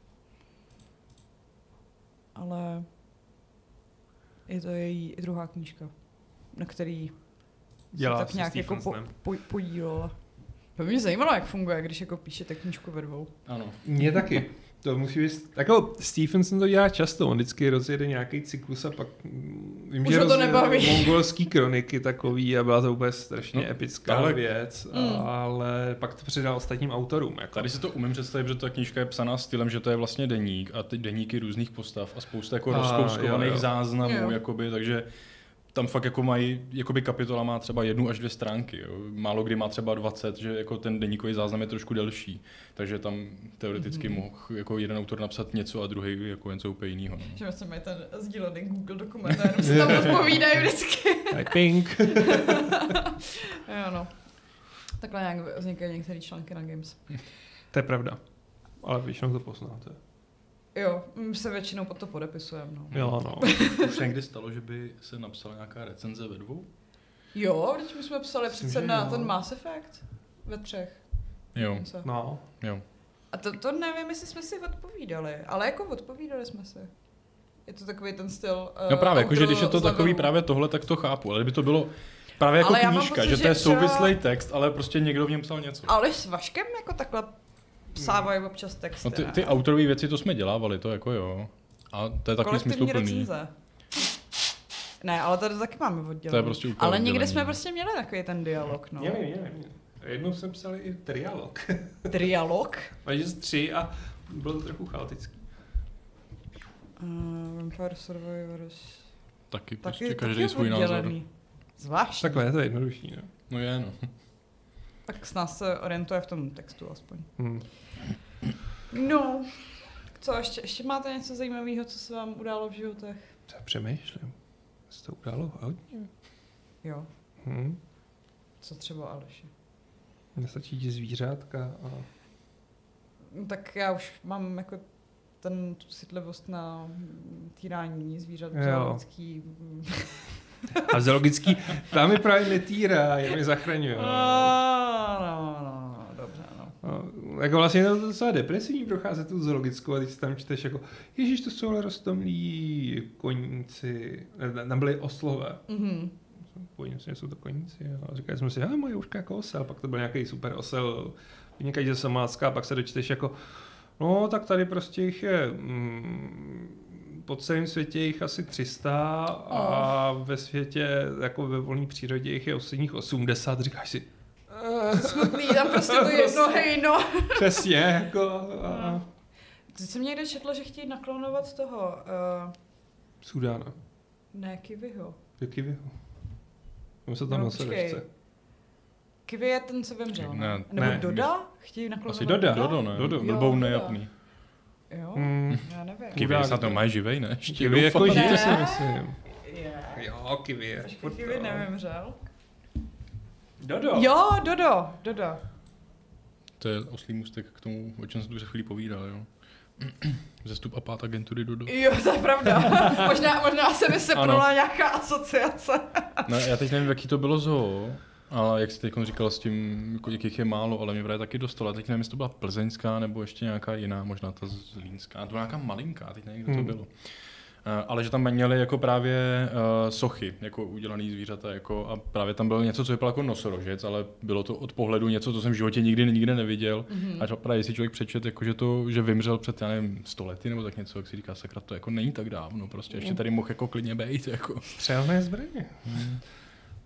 Ale je to její druhá knížka, na který dělá se tak nějak jako po, po, podílela. To by mě zajímalo, jak funguje, když jako píšete knížku ve dvou. Ano. Mě taky. To musí být, jako Stephenson to dělá často, on vždycky rozjede nějaký cyklus a pak vím, už že to nebaví. mongolský kroniky takový a byla to úplně strašně no, epická ale... věc, mm. ale pak to předal ostatním autorům. Jako. Tady si to umím představit, že ta knížka je psaná stylem, že to je vlastně deník a ty deníky různých postav a spousta jako rozkouskovaných záznamů, jo. Jakoby, takže tam fakt jako mají, jakoby kapitola má třeba jednu až dvě stránky, jo. Málo kdy má třeba dvacet, že jako ten deníkový záznam je trošku delší, takže tam teoreticky mm-hmm. mohl jako jeden autor napsat něco a druhý jako něco úplně jiného. No. Že vlastně mají ten sdílený Google dokument a jenom se tam odpovídají vždycky. Typing. Jo no. Takhle nějak vznikají některé články na Games. To je pravda, ale většinou to poznáte. Jo, my se většinou pod to podepisujeme. No. Jo, no. Už někdy stalo, že by se napsala nějaká recenze ve dvou? Jo, když my jsme psali přece na ten Mass Effect ve třech. Jo. No. Jo. A to, to nevím, jestli jsme si odpovídali, ale jako odpovídali jsme si. Je to takový ten styl... Uh, no právě, jakože když je to takový právě tohle, tak to chápu, ale kdyby to bylo právě jako ale knížka, pocit, že to je souvislý třeba... text, ale prostě někdo v něm psal něco. Ale s Vaškem jako takhle psávají občas texty, no ty, ty autorové věci, to jsme dělávali, to jako jo. A to je takový smysluplný. Ne, ale tady taky máme oddělení. To je prostě úplně ale oddělení. Někde jsme prostě měli takový ten dialog, no. Měli, měli, měli. Jednou jsme psali i trialog. Trialog? Máš z tři a bylo to trochu chaotický. Uh, Vampire Survivors. Taky prostě taky, každý taky svůj názor. Zvláštní. Takhle je to jednodušší, no. No je, no. Tak s nás se orientuje v tom textu aspoň. Hmm. No, co ještě, ještě máte něco zajímavého, co se vám událo v životech? Já přemýšlím. Se to událo hodně. Jo. Hmm. Co třeba, Aleši? Nestačí ti zvířátka a... No, tak já už mám jako ten tu citlivost na týrání zvířat zoologický. A zoologický, tam je právě netýrá, je mi zachraňuje. No, no, no, dobře, no. no jako vlastně je to docela depresivní procházet tu zoologickou a teď si tam čteš jako, ježiš, to jsou ale roztomlí koníci, tam byly oslové. Mhm. Původně si, jsou to koníci a říkali jsme si, a moje uška jako osel, pak to byl nějaký super osel, vynikají, že Somálská, pak se dočteš jako, no tak tady prostě jich je, mm, po celém světě jich asi tři sta a oh. ve světě, jako ve volné přírodě jich je osmdesát osmdesát, říkáš si, smutný, tam prostě to jedno hejno. Přesně, jako. A... Teď jsem někde četla, že chtějí naklonovat toho... Uh... Sudána. Ne, Kiwiho. Jo, Kiwiho. On se tam no, nosil, Kiwi je ten, co vymřel. Ne, Nebo ne, Doda? Chtějí naklonovat asi Doda. Dodo, ne? Dodo. Blbou nejapný. Jo, mm. já nevím. Kiwi se to mají živej, ne? Kiwi jako žije, si myslím. Yeah. Jo, Kiwi je. Kiwi nevymřel. Dodo. Jo, Dodo. Dodo. To je oslý můstek k tomu, o čem jsem tu před chvílí povídal, jo. Zestup a pát agentury Dodo. Jo, to je pravda. možná, možná se mi sepnula nějaká asociace. No, já teď nevím, jaký to bylo zoo, ale jak jsi teď říkal s tím, jako jakých je málo, ale mě právě taky dostalo. Teď nevím, jestli to byla plzeňská nebo ještě nějaká jiná, možná ta zlínská. To byla nějaká malinká, teď nevím, kdo to bylo. Uh, ale že tam měli jako právě uh, sochy, jako udělaný zvířata, jako, a právě tam bylo něco, co vypadalo jako nosorožec, ale bylo to od pohledu něco, co jsem v životě nikdy nikde neviděl. Mm-hmm. A právě si člověk přečet, jako, že, to, že vymřel před, já nevím, sto lety nebo tak něco, jak si říká, sakra, to jako není tak dávno, prostě ještě tady mohl jako klidně bejt. Jako. Střelné zbraně. Hmm.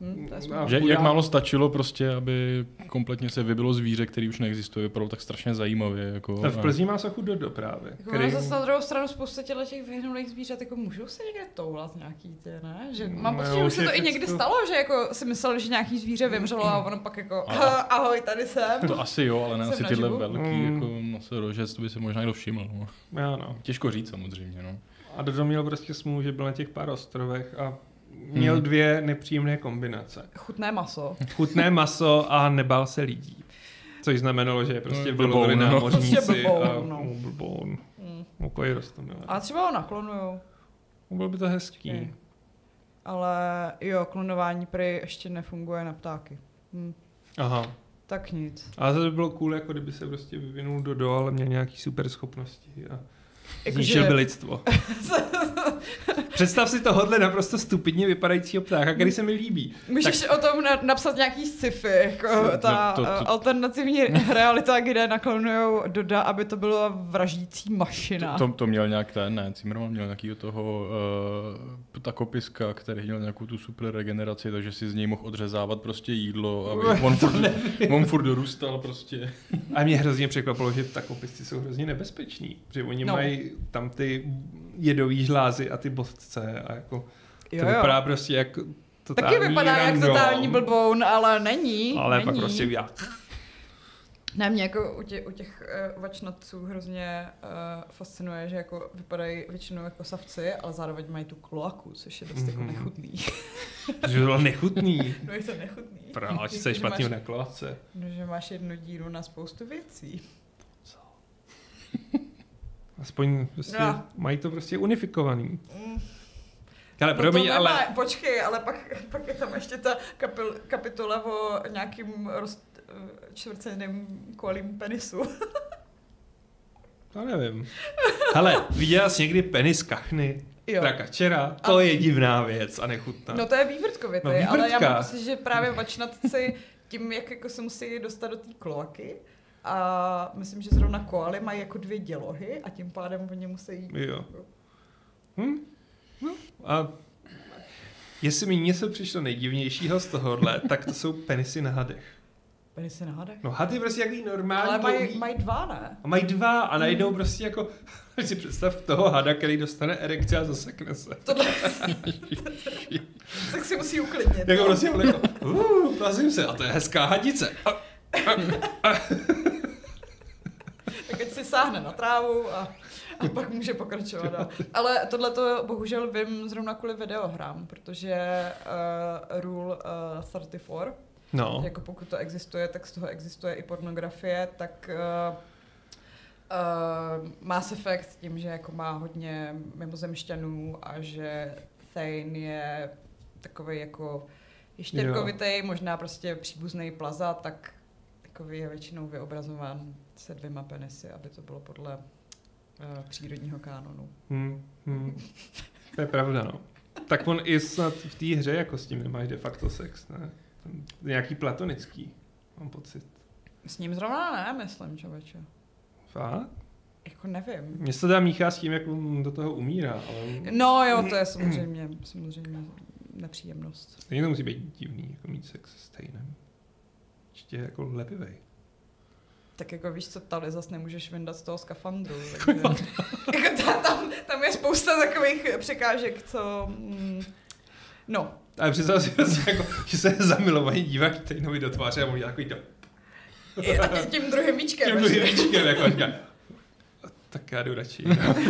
Hm, to je A smutný. Že chudák- jak málo stačilo prostě, aby kompletně se vybilo zvíře, který už neexistuje, vypadalo tak strašně zajímavě. Jako, A v Plzni má sochu Dodo právě. Jako který... zase na druhou stranu spousta těchto těch vyhnulých zvířat jako můžou se někde toulat nějaký ty, ne? Že mám pocit, No, že už už se je to i všecko- někdy stalo, že jako si myslel, že nějaký zvíře vymřelo a ono pak jako ahoj, tady jsem. To asi jo, ale ne Jsem asi naživu. tyhle velký Mm. jako nosorožec, to by se možná někdo všiml. No. Jo, no. Těžko říct samozřejmě. No. A Dodo měl prostě smůlu, že byl na těch pár ostrovech a měl Hmm. dvě nepříjemné kombinace. Chutné maso. Chutné maso a nebál se lidí. Což znamenalo, že je prostě No, vylovili blboun, no. námořníci Prostě blboun, a no. no. blboun. Mm. Úplně roztomilé. A třeba ho naklonujou. Bylo by to hezký. Mm. Ale jo, klonování prý ještě nefunguje na ptáky. Hm. Aha. Tak nic. Ale to by bylo cool, jako kdyby se prostě vyvinul Dodo, ale měl nějaký super schopnosti a Jako, zničil že- by lidstvo. Představ si tohodle naprosto stupidně vypadajícího ptáka, který se mi líbí. Můžeš o tom na, napsat nějaký sci-fi, jako No, ta to- to- eh, alternativní realita, kde naklonujou Doda, aby to byla vraždící mašina. To, to měl nějak ten, ne, Zimmerman měl nějakýho toho uh, takopiska, který měl nějakou tu super regeneraci, takže si z něj mohl odřezávat prostě jídlo, aby on furt, on furt dorůstal prostě. A mě hrozně překvapilo, že takopisci jsou hrozně nebezpeční, že oni No. mají tam ty jedový žlázy a ty bodce a jako to Jo, jo. vypadá prostě jak totální Taky vypadá jak random, totální blboun, ale není. ale není. pak prostě já. Ne, mě jako u těch, u těch uh, vačnatců hrozně uh, fascinuje, že jako vypadají většinou jako savci, ale zároveň mají tu kloaku, což je dost jako Mhm. nechutný. Že bylo nechutný. No je to nechutný. Proč Že- jsi že špatně máš- na kloace? No, že máš jednu díru na spoustu věcí. Aspoň prostě No. mají to prostě unifikovaný. Mm. Ale No promiň, to ale... nemá, počkej, ale pak, pak je tam ještě ta kapil, kapitola o nějakým rost, čtvrceným kolím penisu. To nevím. Hele, viděla jsi někdy penis kachny? Jo. Trakačera? To A- je divná věc a nechutná. No to je vývrtkovitý, No, ale já vývrtka. mám pocit, že právě vačnatci tím, jak jako se musí dostat do té kloaky, a myslím, že zrovna koaly mají jako dvě dělohy a tím pádem oni musí... Jo. Hm? No. A jestli mi něco přišlo nejdivnějšího z tohohle, tak to jsou penisy na hadech. Penisy na hadech? No had je prostě jaký normální Ale mají, dlouhý. mají dva, ne? A mají dva a najednou prostě jako, si představ toho hada, který dostane erekci a zasekne se. Tohle... tak si musí uklidnit. Jako no. prostě on jako, uh, plazím se a to je hezká hadice. A, Tak ať si sáhne na trávu a, a pak může pokračovat. A, ale tohle to bohužel vím zrovna kvůli videohrám, protože uh, Rule uh, třicet čtyři, no. jako pokud to existuje, tak z toho existuje i pornografie, tak uh, uh, Mass Effect tím, že jako má hodně mimozemšťanů a že Thane je takovej jako ještěrkovitej, možná prostě příbuzný plaza, tak takový je většinou vyobrazován se dvěma penisy, aby to bylo podle uh, přírodního kánonu. Hmm, hmm. To je pravda, no. Tak on i snad v té hře jako s tím nemáš de facto sex, ne? Tam nějaký platonický, mám pocit. S ním zrovna ne, myslím, člověče. Fakt? Jako nevím. Mně se to tam míchá s tím, jak on do toho umírá, ale No jo, to je samozřejmě, samozřejmě nepříjemnost. stejně to musí být divný, jako mít sex s Thanem. Ještě jako lepivej. Tak jako víš co, tady zase nemůžeš vyndat z toho skafandru. Takže, jako ta, tam, tam je spousta takových překážek, co... Mm, no. Ale představ si prostě jako, že se zamilovaný dívá k Thanovi do tváře a mu dělá takový to... A tě- tím druhým míčkem. Tím ještě. druhým míčkem, jako říká, tak já jdu radši.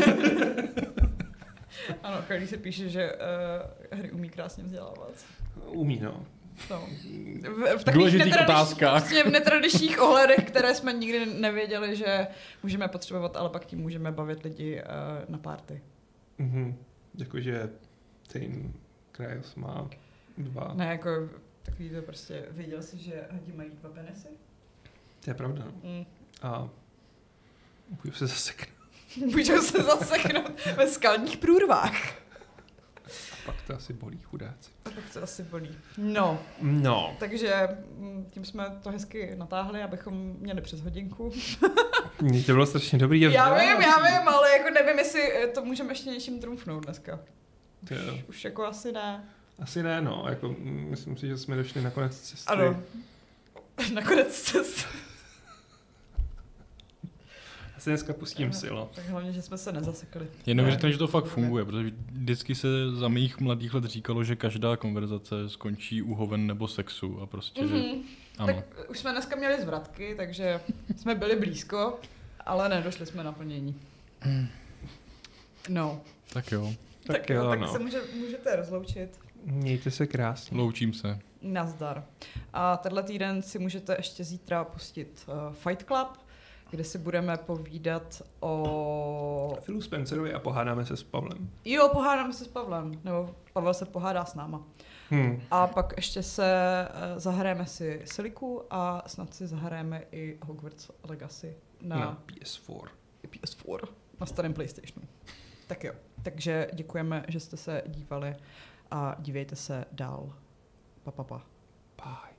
Ano, který se píše, že uh, hry umí krásně vzdělávat. Umí, no. No. V, v takových Důležitých netradičních, otázkách. vlastně v netradičních ohledech, které jsme nikdy nevěděli, že můžeme potřebovat, ale pak tím můžeme bavit lidi uh, na party. Mhm. Jakože ten Krajos má dva. Ne, jako takový to prostě, věděl jsi, že hadi mají dva penisy? To je pravda, no. Mm. A můžu se zaseknout. Můžou se zaseknout ve skalních průrvách. A pak to asi bolí, chudáci. A pak to asi bolí. No, No. takže mm, tím jsme to hezky natáhli, abychom měli přes hodinku. Mně to bylo strašně dobrý. Já vím, já vím, ale jako nevím, jestli to můžeme ještě něčím trumfnout dneska. To jo. Už, už jako asi ne. Asi ne, no. Jako, mm, myslím si, že jsme došli na konec cesty. Ano. Nakonec cesty. Asi dneska pustím silo. Tak hlavně, že jsme se nezasekli. Je neuvěřitelné, že to fakt funguje, protože vždycky se za mých mladých let říkalo, že každá konverzace skončí u hoven nebo sexu a prostě, Mm-hmm. ano. Tak už jsme dneska měli zvratky, takže jsme byli blízko, ale nedošli jsme na plnění. No. Tak jo. Tak, Tak, jo, tak no. se může, můžete rozloučit. Mějte se krásně. Loučím se. Nazdar. A tenhle týden si můžete ještě zítra pustit uh, Fight Club, kde si budeme povídat o... Philu Spencerovi a pohádáme se s Pavlem. Jo, pohádáme se s Pavlem, nebo Pavel se pohádá s náma. Hmm. A pak ještě se uh, zahrajeme si Siliku a snad si zahrajeme i Hogwarts Legacy na, Na P S čtyři. P S čtyři, na starém PlayStationu. Tak jo, takže děkujeme, že jste se dívali a dívejte se dál. Pa, pa, pa. Bye.